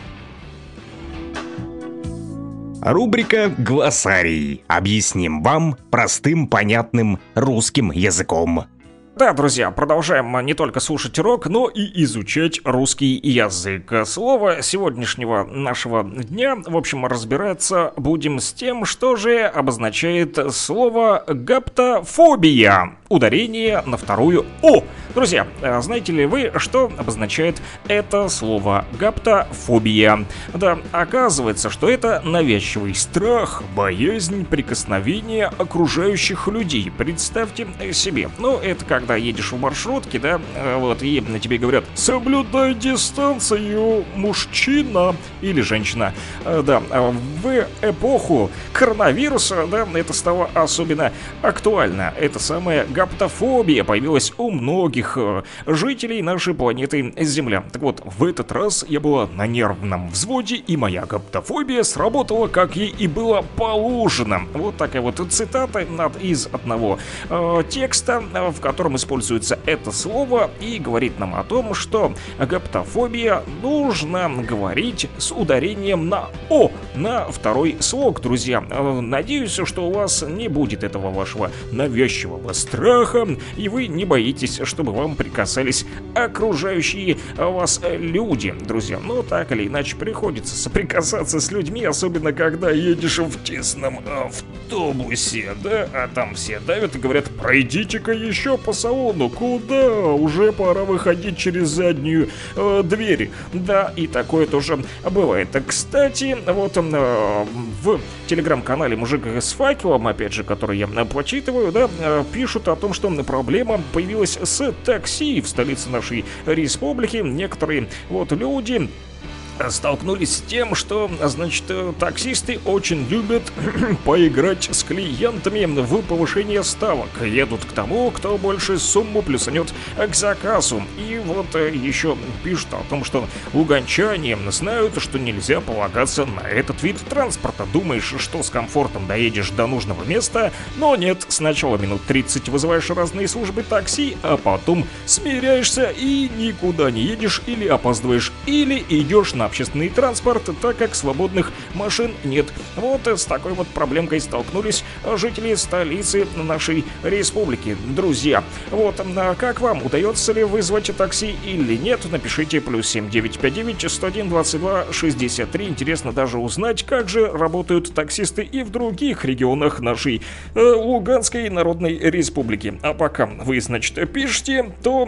Рубрика «Глоссарий». Объясним вам простым, понятным русским языком. Да, друзья, продолжаем не только слушать рок, но и изучать русский язык. Слово сегодняшнего нашего дня, в общем, разбираться будем с тем, что же обозначает слово «гаптофобия». Ударение на вторую «о». Друзья, знаете ли вы, что обозначает это слово «гаптофобия»? Да, оказывается, что это навязчивый страх, боязнь прикосновения окружающих людей. Представьте себе, ну, это когда едешь в маршрутке, да, вот, и на тебе говорят «соблюдай дистанцию, мужчина» или «женщина». Да, в эпоху коронавируса, да, это стало особенно актуально. Это самая гаптофобия появилась у многих жителей нашей планеты Земля. Так вот, в этот раз я была на нервном взводе, и моя гаптофобия сработала, как ей и было положено. Вот такая вот цитата из одного э, текста, в котором используется это слово, и говорит нам о том, что гаптофобия нужно говорить с ударением на «о», на второй слог, друзья. Надеюсь, что у вас не будет этого вашего навязчивого страха, и вы не боитесь, чтобы вам прикасались окружающие вас люди, друзья. Но так или иначе приходится соприкасаться с людьми, особенно когда едешь в тесном автобусе, да, а там все давят и говорят: пройдите-ка еще по салону, куда? Уже пора выходить через заднюю э, дверь. Да, и такое тоже бывает. Кстати, вот э, в телеграм-канале «Мужик с факелом», опять же, который я почитываю, да, э, пишут о том, что проблема появилась с такси в столице нашей республики. Некоторые вот люди столкнулись с тем, что, значит, таксисты очень любят поиграть с клиентами в повышение ставок. Едут к тому, кто больше сумму плюсанет к заказу. И вот еще пишут о том, что луганчане знают, что нельзя полагаться на этот вид транспорта. Думаешь, что с комфортом доедешь до нужного места, но нет, сначала минут тридцать вызываешь разные службы такси, а потом смиряешься и никуда не едешь или опаздываешь, или идешь на общественный транспорт, так как свободных машин нет. Вот с такой вот проблемкой столкнулись жители столицы нашей республики. Друзья, вот как вам, удается ли вызвать такси или нет, напишите плюс семь девять пять девять сто один двадцать два шестьдесят три. Интересно даже узнать, как же работают таксисты и в других регионах нашей э, Луганской Народной Республики. А пока вы, значит, пишите, то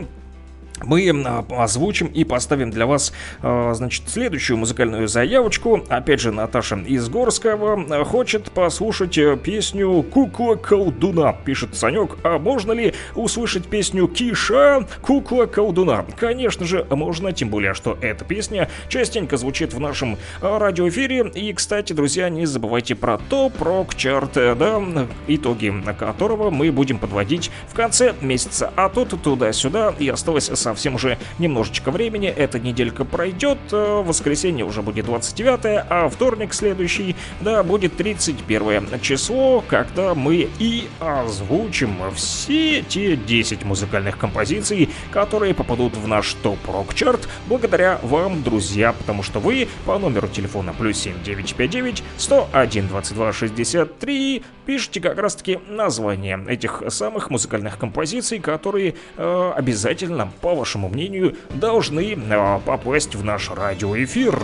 мы озвучим и поставим для вас, значит, следующую музыкальную заявочку. Опять же, Наташа из Горского хочет послушать песню «Кукла-колдуна». Пишет Санек, а можно ли услышать песню Киша «Кукла-колдуна»? Конечно же, можно, тем более, что эта песня частенько звучит в нашем радиоэфире. И, кстати, друзья, не забывайте про топ-рок-чарт, да, итоги которого мы будем подводить в конце месяца. А тут туда-сюда и осталось совсем уже немножечко времени. Эта неделька пройдет, воскресенье уже будет двадцать девятое, а вторник следующий, да, будет тридцать первое число, когда мы и озвучим все те десять музыкальных композиций, которые попадут в наш топ-рок-чарт благодаря вам, друзья, потому что вы по номеру телефона плюс семь девять пять девять сто один двадцать два шестьдесят три пишите как раз-таки название этих самых музыкальных композиций, которые э, обязательно, по вашему мнению, должны э, попасть в наш радиоэфир.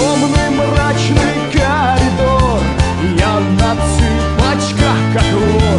Мрачный коридор, я на цыпочках, как вор,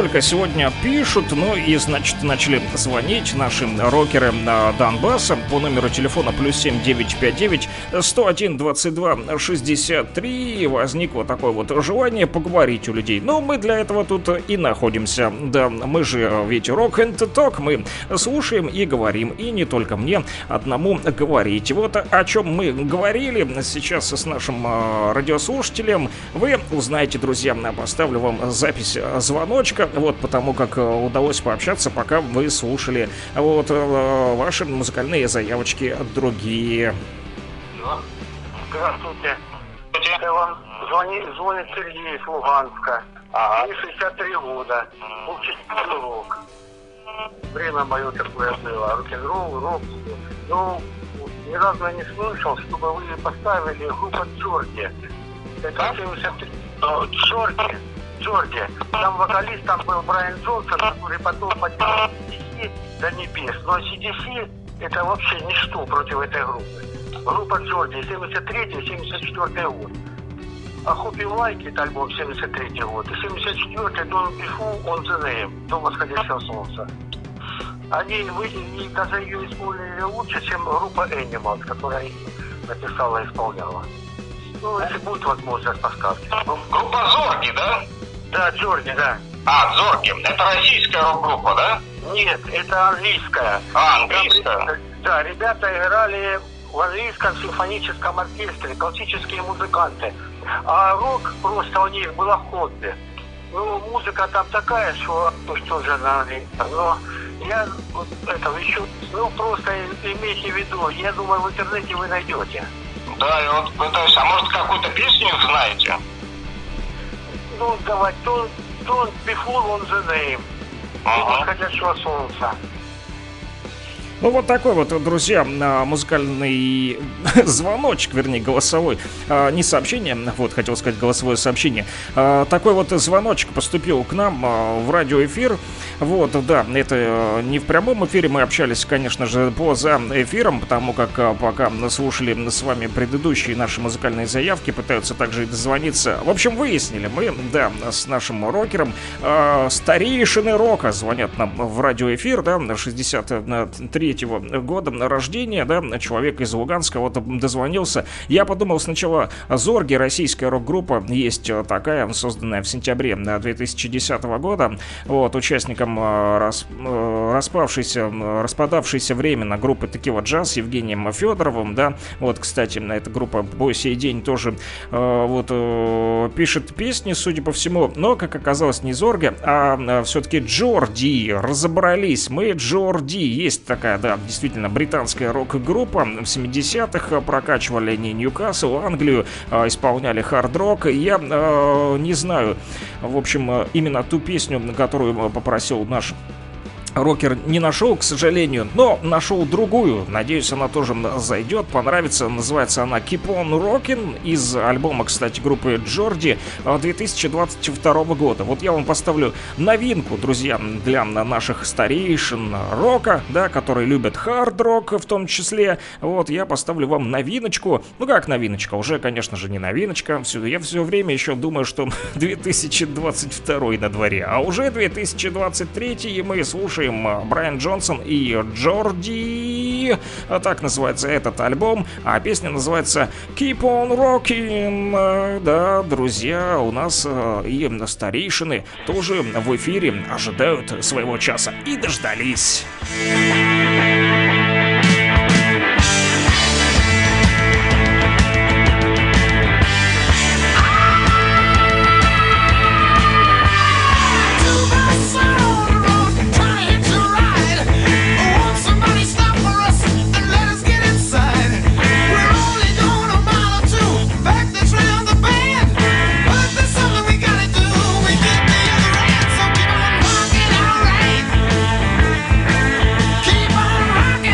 только сегодня пишут, ну и, значит, начали звонить наши рокеры Донбасса по номеру телефона плюс семь девять пять девять сто один двадцать два шестьдесят три. Возникло такое вот желание поговорить у людей. Но мы для этого тут и находимся. Да, мы же ведь Rock and Talk, мы слушаем и говорим. И не только мне одному говорить. Вот о чем мы говорили сейчас с нашим радиослушателем, вы узнаете, друзья. Поставлю вам запись звоночка, вот, потому как удалось пообщаться, пока вы слушали вот ваши музыкальные заявочки другие. Здравствуйте. Это вам звонит, звонит Сергей из Луганска. Ага. Мне шестьдесят три года. Учитель рок. Время мое такое было. Рок-н-ролл, рок. Ну, ни разу я не слышал, чтобы вы поставили группу Джорди. Это семьдесят три. Джорди. Джорди. Там вокалист там был Брайан Джонсон, который потом поднял си ди си до небес. Но си ди си это вообще ничто против этой группы. Группа Джорди, семьдесят третий семьдесят четвёртый год. А Хоппи Лайк, это альбом семьдесят третий год. И семьдесят четвёртый Don't Be Fool on the Name, Дом восходящего солнца. Они выделили, даже ее исполнили лучше, чем группа Animals, которая написала и исполняла. Ну, если будет возможность, поставьте. Группа Зорги, да? Да, Джорди, да. А, Зорги. Это российская рок-группа, да? Нет, это английская. А, английская? Там, да, ребята играли в английском симфоническом оркестре, классические музыканты. А рок просто у них было хобби. Ну, музыка там такая, что, что же на английском. Но я вот это еще, ну, просто имейте в виду, я думаю, в интернете вы найдете. Да, и вот пытаюсь, а может какую-то песню знаете? Ну, давай, don't, don't be fool on the name. Ага. Восходящего солнца. Ну, вот такой вот, друзья, музыкальный звоночек, вернее, голосовой, не сообщение, вот, хотел сказать голосовое сообщение. Такой вот звоночек поступил к нам в радиоэфир. Вот, да, это не в прямом эфире, мы общались, конечно же, поза эфиром, потому как пока слушали с вами предыдущие наши музыкальные заявки, пытаются также и дозвониться. В общем, выяснили мы, да, с нашим рокером, старейшины рока звонят нам в радиоэфир, да, шестьдесят третьего года рождения, да, человек из Луганска вот дозвонился. Я подумал сначала, Зорги, российская рок-группа, есть такая, созданная в сентябре две тысячи десятого года, вот, участником рас, распавшейся, распадавшейся временно группы Текила Джаз Евгением Федоровым, да, вот, кстати, эта группа по сей день тоже вот пишет песни, судя по всему, но, как оказалось, не Зорги, а все-таки Джорди. Разобрались мы, Джорди, есть такая, да, действительно, британская рок-группа. В семидесятых прокачивали они Ньюкасл, Англию, исполняли хард-рок. Я э, не знаю, в общем, именно ту песню, которую попросил наш рокер, не нашел, к сожалению, но нашел другую. Надеюсь, она тоже зайдет, понравится. Называется она Keep on Rockin', из альбома, кстати, группы Джорди две тысячи двадцать второго года. Вот я вам поставлю новинку, друзья, для наших старейшин рока, да, которые любят хард-рок в том числе. Вот я поставлю вам новиночку. Ну как новиночка? Уже, конечно же, не новиночка. Все, я все время еще думаю, что две тысячи двадцать второй на дворе, а уже две тысячи двадцать третий, и мы слушаем Брайан Джонсон и Джорди. Так называется этот альбом, а песня называется Keep on Rockin'. Да, друзья, у нас и старейшины тоже в эфире ожидают своего часа и дождались. Keep on rocking.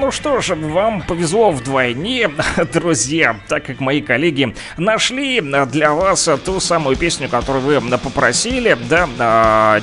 Ну что ж, вам повезло вдвойне, друзья, так как мои коллеги нашли для вас ту самую песню, которую вы попросили, да,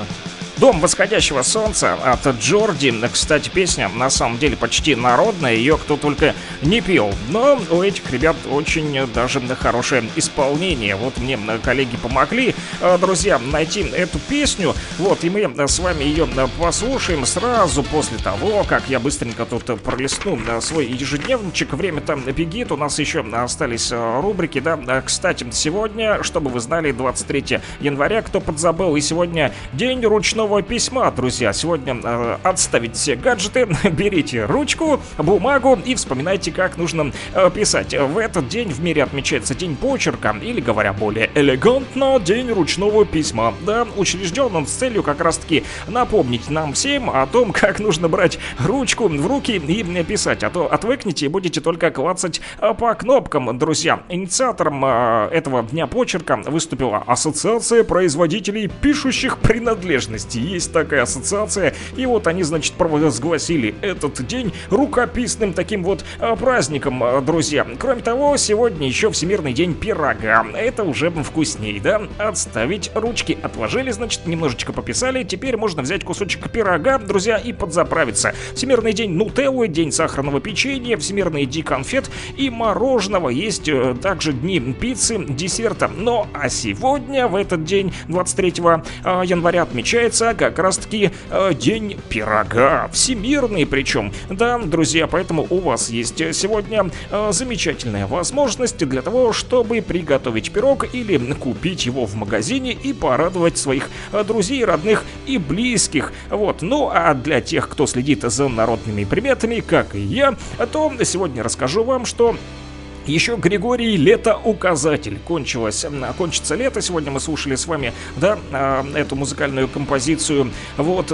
«Дом восходящего солнца» от Джорди. Кстати, песня на самом деле почти народная, ее кто только не пел. Но у этих ребят очень даже хорошее исполнение. Вот мне коллеги помогли, друзья, найти эту песню. Вот, и мы с вами ее послушаем сразу после того, как я быстренько тут пролистну свой ежедневничек. Время там бегит, у нас еще остались рубрики, да. Кстати, сегодня, чтобы вы знали, двадцать третьего января, кто подзабыл, и сегодня день ручного письма, друзья. Сегодня э, отставить все гаджеты, берите ручку, бумагу и вспоминайте, как нужно э, писать. В этот день в мире отмечается День почерка, или, говоря более элегантно, День ручного письма. Да, учрежден он с целью как раз-таки напомнить нам всем о том, как нужно брать ручку в руки и писать, а то отвыкнете и будете только клацать э, по кнопкам, друзья. Инициатором э, этого дня почерка выступила Ассоциация производителей пишущих принадлежностей. Есть такая ассоциация, и вот они, значит, провозгласили этот день рукописным таким вот а, праздником, а, друзья. Кроме того, сегодня еще Всемирный день пирога. Это уже вкусней, да? Отставить ручки, отложили, значит, немножечко пописали. Теперь можно взять кусочек пирога, друзья, и подзаправиться. Всемирный день нутеллы, день сахарного печенья, Всемирный день конфет и мороженого. Есть э, также дни пиццы, десерта. Но а сегодня, в этот день, двадцать третьего января, отмечается как раз-таки э, день пирога. Всемирный причем. Да, друзья, поэтому у вас есть сегодня э, замечательная возможность для того, чтобы приготовить пирог или купить его в магазине и порадовать своих э, друзей, родных и близких. Вот. Ну, а для тех, кто следит за народными приметами, как и я, то сегодня расскажу вам, что еще Григорий Летоуказатель. Кончилось, кончится лето. Сегодня мы слушали с вами, да, эту музыкальную композицию. Вот,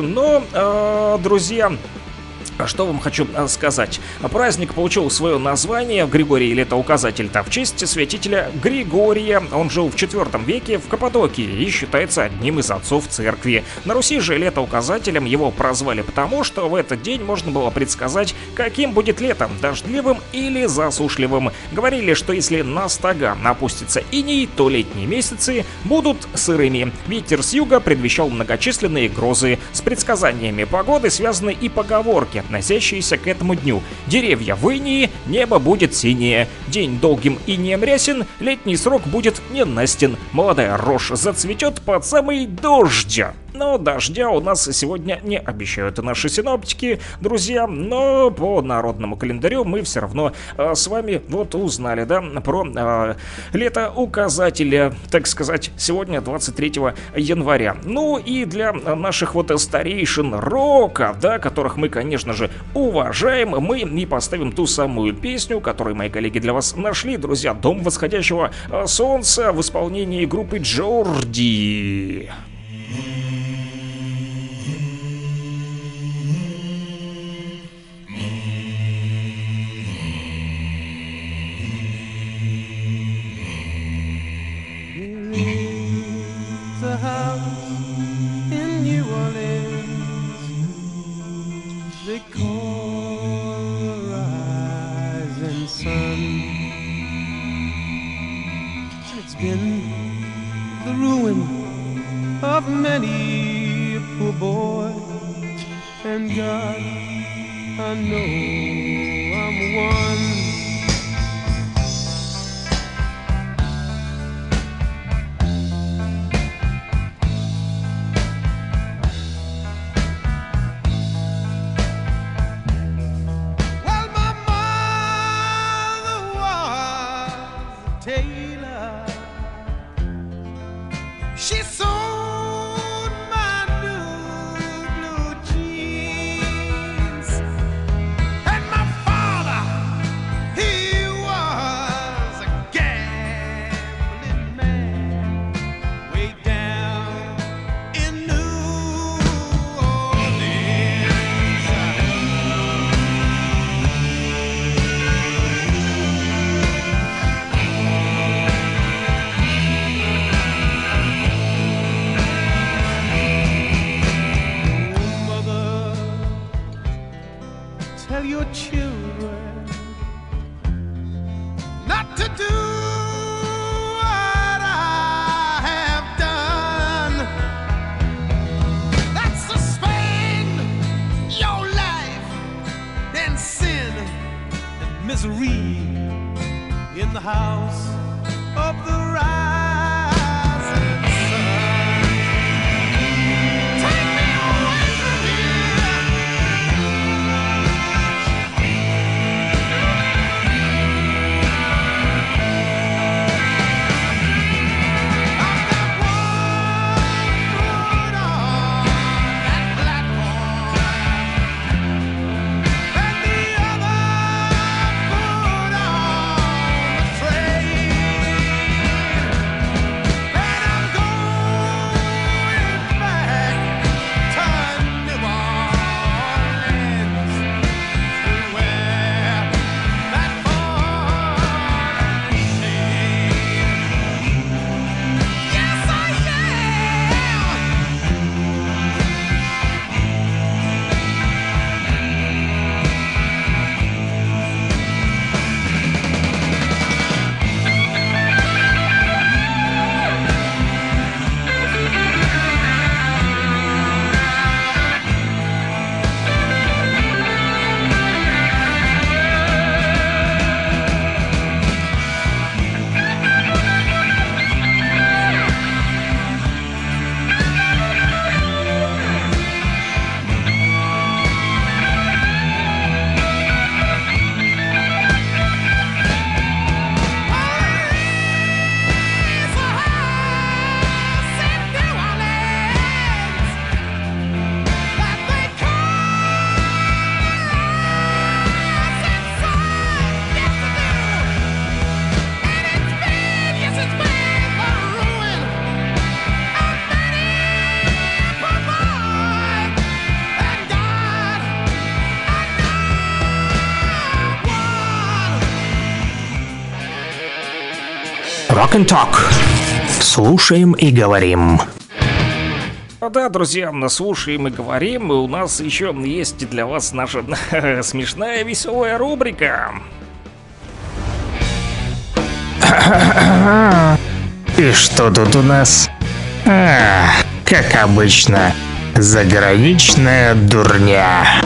но, друзья, что вам хочу сказать. Праздник получил свое название, Григорий Летоуказатель-то, в честь святителя Григория. Он жил в четвёртом веке в Каппадокии и считается одним из отцов церкви. На Руси же Летоуказателем его прозвали потому, что в этот день можно было предсказать, каким будет лето, дождливым или засушливым. Говорили, что если на стога опустится иней, то летние месяцы будут сырыми. Ветер с юга предвещал многочисленные грозы. С предсказаниями погоды связаны и поговорки, относящиеся к этому дню. Деревья в инии, небо будет синее. День долгим инеем рясен, летний срок будет ненастен. Молодая рожь зацветет под самый дождь. Но дождя у нас сегодня не обещают наши синоптики, друзья. Но по народному календарю мы все равно э, с вами вот узнали, да, про э, летоуказателя, так сказать, сегодня двадцать третьего января. Ну и для наших вот старейшин рока, да, которых мы, конечно же, уважаем, мы и поставим ту самую песню, которую мои коллеги для вас нашли, друзья. «Дом восходящего солнца» в исполнении группы Джорди. A house in New Orleans they call the rising sun. It's been the ruin of many a poor boy, and God, I know I'm one. She sewed my new blue jeans, and my father your children not to do what I have done. That's to spend your life in sin and misery in the house of the rising sun. Take me away from here. I've got one foot on that platform and the other foot on the train, and I'm going back to New Orleans, to where that born came. Yes, I Rock and Talk. Слушаем и говорим. Да, друзья, слушаем и говорим, и у нас еще есть для вас наша смешная веселая рубрика. И что тут у нас? А, как обычно, заграничная дурня.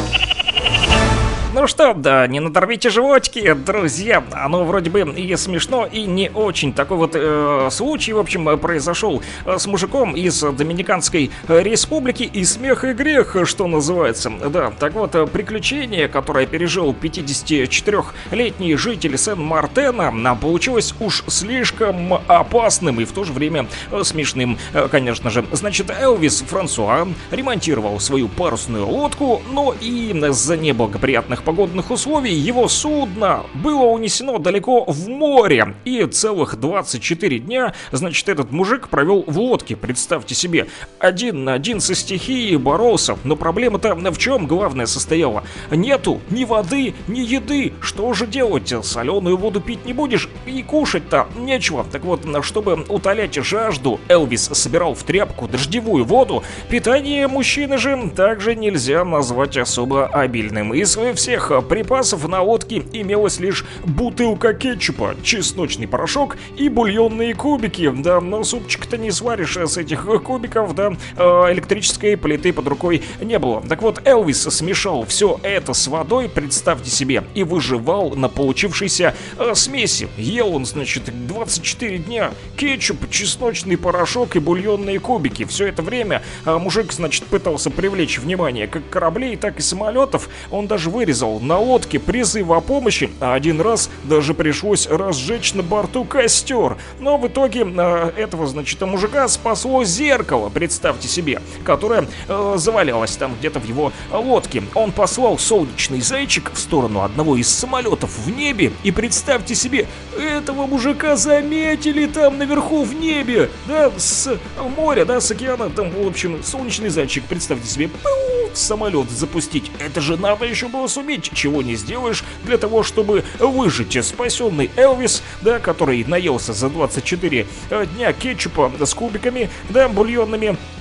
Ну что, да, не надорвите животики, друзья. Оно вроде бы и смешно, и не очень. Такой вот э, случай, в общем, произошел с мужиком из Доминиканской республики. И смех, и грех, что называется. Да, так вот, приключение, которое пережил пятидесятичетырёхлетний житель Сен-Мартена, получилось уж слишком опасным и в то же время смешным, конечно же. Значит, Элвис Франсуа ремонтировал свою парусную лодку, но и из-за неблагоприятных погодных условий его судно было унесено далеко в море. И целых двадцать четыре дня, значит, этот мужик провел в лодке, представьте себе. Один на один со стихией боролся. Но проблема-то в чем главное состояла? Нету ни воды, ни еды. Что же делать? Соленую воду пить не будешь, и кушать-то нечего. Так вот, чтобы утолять жажду, Элвис собирал в тряпку дождевую воду. Питание мужчины же также нельзя назвать особо обильным. Из всех припасов на лодке имелась лишь бутылка кетчупа, чесночный порошок и бульонные кубики. Да, но супчик-то не сваришь с этих кубиков, да, электрической плиты под рукой не было. Так вот, Элвис смешал все это с водой, представьте себе, и выживал на получившейся э, смеси. Ел он, значит, двадцать четыре дня кетчуп, чесночный порошок и бульонные кубики. Все это время э, мужик, значит, пытался привлечь внимание как кораблей, так и самолетов. Он даже вырезал на лодке призыв о помощи, а один раз даже пришлось разжечь на борту костер. Но в итоге э, этого, значит, мужика спасло зеркало, представьте себе, которое э, завалялось там где-то в его лодке. Он послал солнечный зайчик в сторону одного из самолетов в небе, и представьте себе, этого мужика заметили там наверху в небе, да, с моря, да, с океана, там, в общем, солнечный зайчик, представьте себе, пу, самолет запустить. Это же надо еще было суметь, чего не сделаешь для того, чтобы выжить. Спасенный Элвис, да, который наелся за двадцать четыре дня кетчупа с кубиками, да, бульонными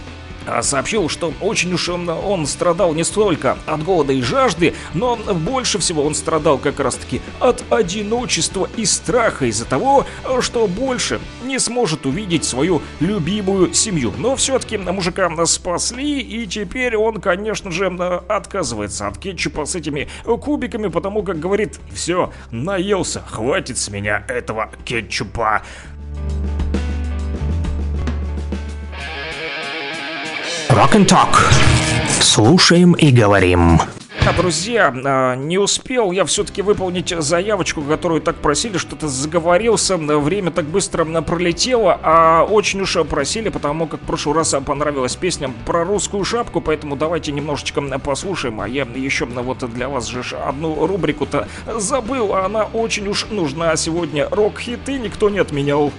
сообщил, что очень уж он, он страдал не столько от голода и жажды, но больше всего он страдал как раз-таки от одиночества и страха из-за того, что больше не сможет увидеть свою любимую семью. Но все-таки мужика спасли, и теперь он, конечно же, отказывается от кетчупа с этими кубиками, потому как говорит: все, наелся, хватит с меня этого кетчупа. Rock and Talk. Слушаем и говорим. Друзья, не успел я все-таки выполнить заявочку, которую так просили, что-то заговорился, время так быстро пролетело, а очень уж просили, потому как в прошлый раз понравилась песня про русскую шапку, поэтому давайте немножечко послушаем, а я еще вот для вас же одну рубрику-то забыл, а она очень уж нужна сегодня. Рок-хиты никто не отменял.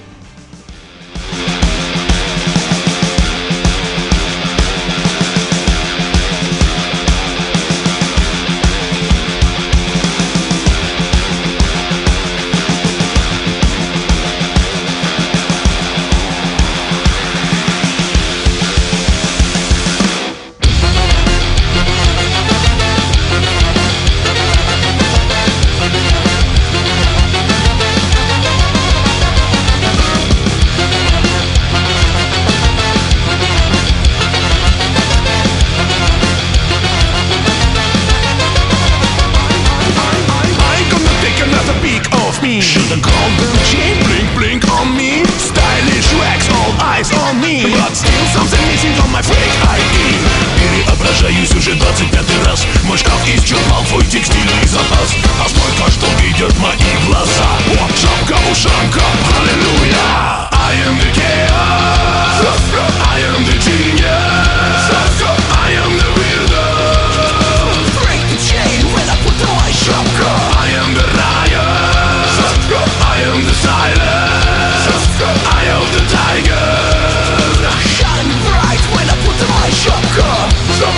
Should the gold chain blink blink on me? Stylish wax, all eyes on me. But still something missing from my fake ай ди. Переображаюсь уже двадцать пятый раз. Мой шкаф исчерпал твой текстильный запас. А столько, что видят мои глаза. Вот шапка-ушанка, аллилуйя. I am the chaos, I am the genius, I am the weirdo. Break the chain when I put on my шапка. I am the riot, I am the silence, I am the tiger. Shine bright when I put on my шапка.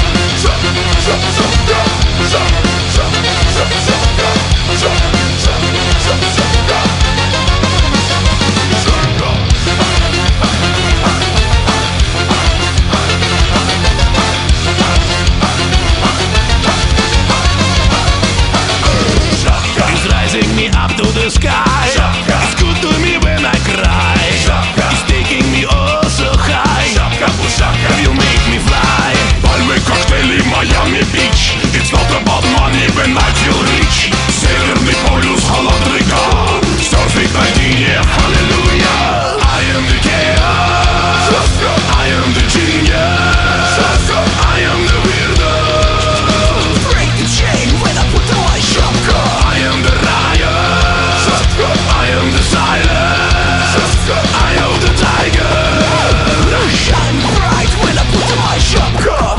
It's rising me up to the sky. It's good to me when I cry. It's taking me oh so high. Will make me fly. Пальмы, коктейли, Майами Бич. It's not about money when I feel rich. Северный полюс, холодрыга. Серфинг на дне, аллилуйя. I am the chaos, I am the genius, I am the weirdo. Break the chain when I put on my шапка. I am the riot, I am the silence, I am the tiger. Shine bright when I put on my шапка.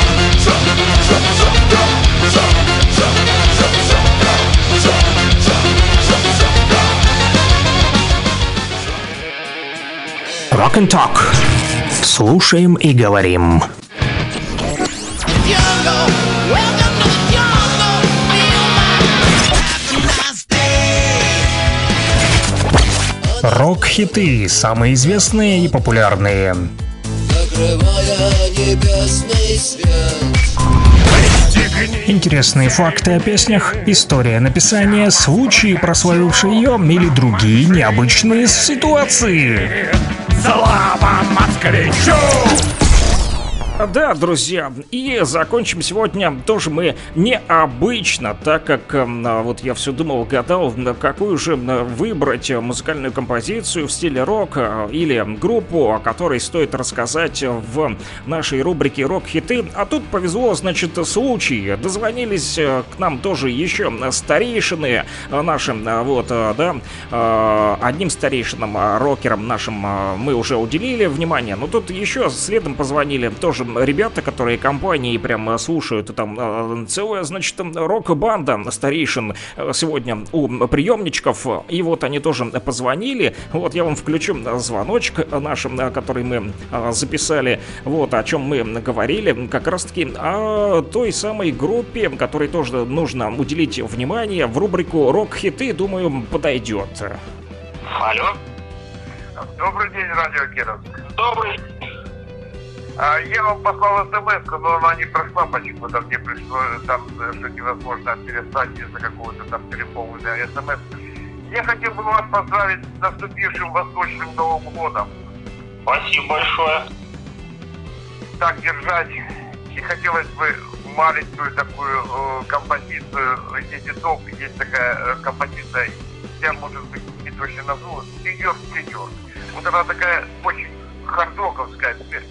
Rock and Talk. Слушаем и говорим. Рок-хиты, самые известные и популярные. Закрывая небесный свет. Интересные факты о песнях, история написания, случаи, прославившие ее, или другие необычные ситуации. Слава москвичу! Да, друзья, и закончим сегодня тоже мы необычно, так как э, вот я все думал, гадал, какую же выбрать музыкальную композицию в стиле рок э, или группу, о которой стоит рассказать в нашей рубрике «Рок-хиты». А тут повезло, значит, случай. Дозвонились э, к нам тоже еще старейшины э, нашим, э, вот, э, да, э, одним старейшинам, э, рокерам нашим э, мы уже уделили внимание, но тут еще следом позвонили тоже ребята, которые компании прям слушают, там целая, значит, рок-банда старейшин сегодня у приемничков, и вот они тоже позвонили, вот я вам включу звоночек наш, который мы записали, вот о чем мы говорили, как раз-таки о той самой группе, которой тоже нужно уделить внимание в рубрику «Рок-хиты», думаю, подойдет. Алло. Добрый день, радио Кировск. Добрый. А я вам послал смс, но она не прошла почему-то, мне пришло там, что невозможно переслать из-за какого-то там переполненного смс. Я хотел бы вас поздравить с наступившим Восточным Новым годом. Спасибо большое. Так держать. И хотелось бы маленькую такую э, композицию, если топ, есть такая э, композиция, я, может быть, не точно назову, Нью-Йорк, Нью-Йорк. Вот она такая очень хардроковская,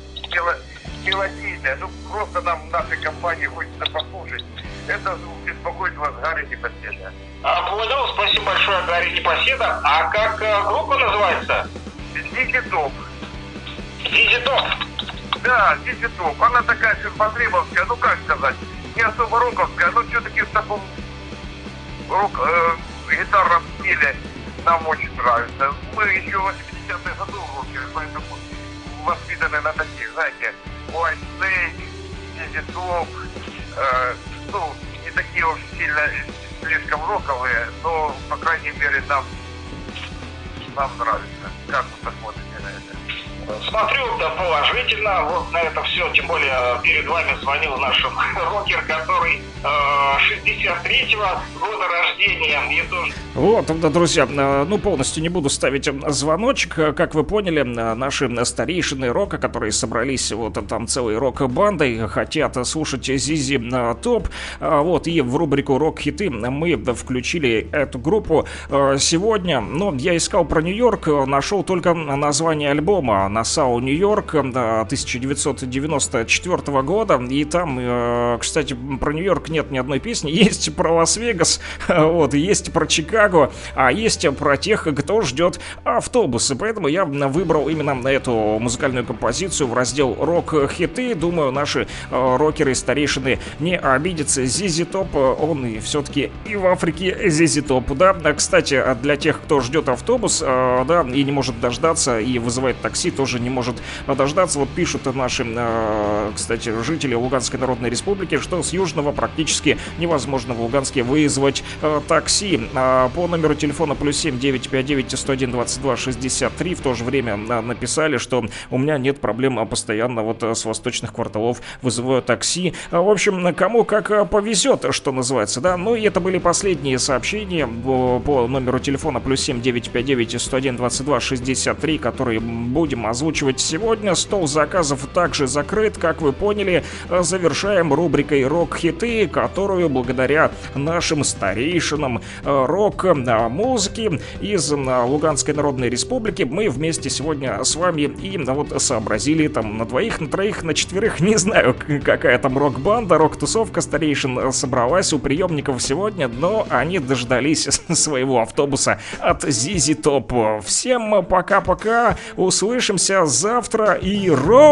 мелодийная, ну просто нам в нашей компании хочется послушать. Это звук беспокоит вас, Гарри Непоседа. А, понял, спасибо большое, Гарри Непоседа. А как э, группа называется? Зизи Топ. Зизи Топ? Да, Зизи Топ. Она такая ширпотребовская, ну как сказать, не особо роковская, но все-таки в таком рок, э, гитарном стиле нам очень нравится. Мы еще в восьмидесятых годах рокеры, поэтому воспитаны на таких, знаете, White Snake, Зизи Топ, э, ну, не такие уж сильно слишком роковые, но, по крайней мере, нам, нам нравится. Как вы посмотрите на это? Смотрю, да, положительно, вот на это все, тем более перед вами звонил наш рокер, который э, шестьдесят третьего года рождения. И тоже... Вот, да, друзья, ну полностью не буду ставить звоночек. Как вы поняли, наши старейшины рока, которые собрались вот там целой рок-бандой, хотят слушать Зизи Топ. Вот, и в рубрику «Рок-хиты» мы включили эту группу сегодня. Но я искал про Нью-Йорк, нашел только название альбома «Насау, Нью-Йорк» тысяча девятьсот девяносто четвёртого года. И там, кстати, про Нью-Йорк нет ни одной песни. Есть про Лас-Вегас, вот, есть про Чикаго, а есть про тех, кто ждет автобусы. Поэтому я выбрал именно эту музыкальную композицию в раздел «Рок-хиты». Думаю, наши рокеры и старейшины не обидятся. Зизи Топ, он и все-таки и в Африке Зизи Топ, да. Кстати, для тех, кто ждет автобус, да, и не может дождаться, и вызывает такси, тоже не может дождаться. Вот пишут наши, кстати, жители Луганской Народной Республики, что с Южного практически невозможно в Луганске вызвать такси. По номеру телефона плюс семь девятьсот пятьдесят девять сто один двадцать два шестьдесят три в то же время написали, что у меня нет проблем постоянно вот с восточных кварталов вызываю такси. В общем, кому как повезет, что называется, да. Ну и это были последние сообщения по номеру телефона плюс семь девятьсот пятьдесят девять сто один двадцать два шестьдесят три, которые будем озвучивать сегодня. Стол заказов также закрыт, как вы поняли. Завершаем рубрикой «Рок-хиты», которую благодаря нашим старейшинам рок-музыки из Луганской Народной Республики мы вместе сегодня с вами и вот сообразили там на двоих, на троих, на четверых, не знаю, какая там рок-банда, рок-тусовка старейшин собралась у приемников сегодня, но они дождались своего автобуса от Зизи Топ. Всем пока-пока, услышимся завтра и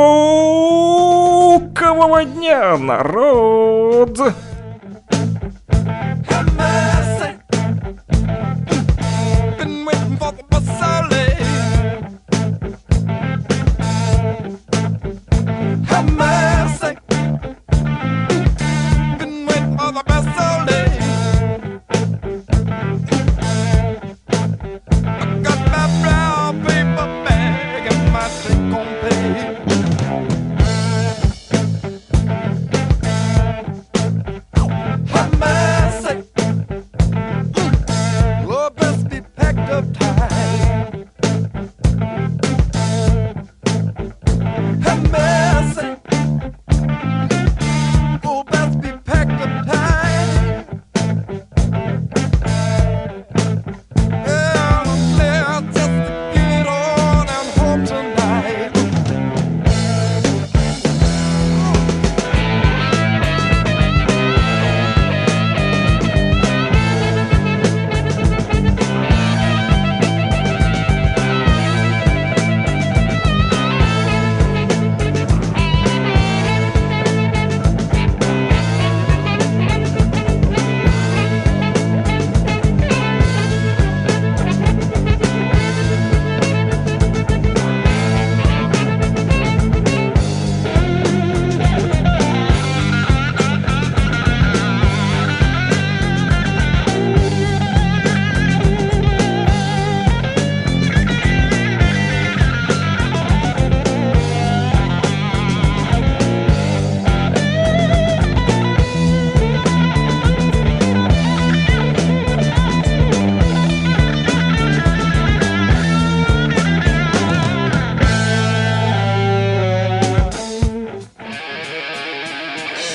рокового дня, народ!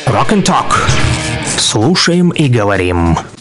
Rock and Talk. Слушаем и говорим.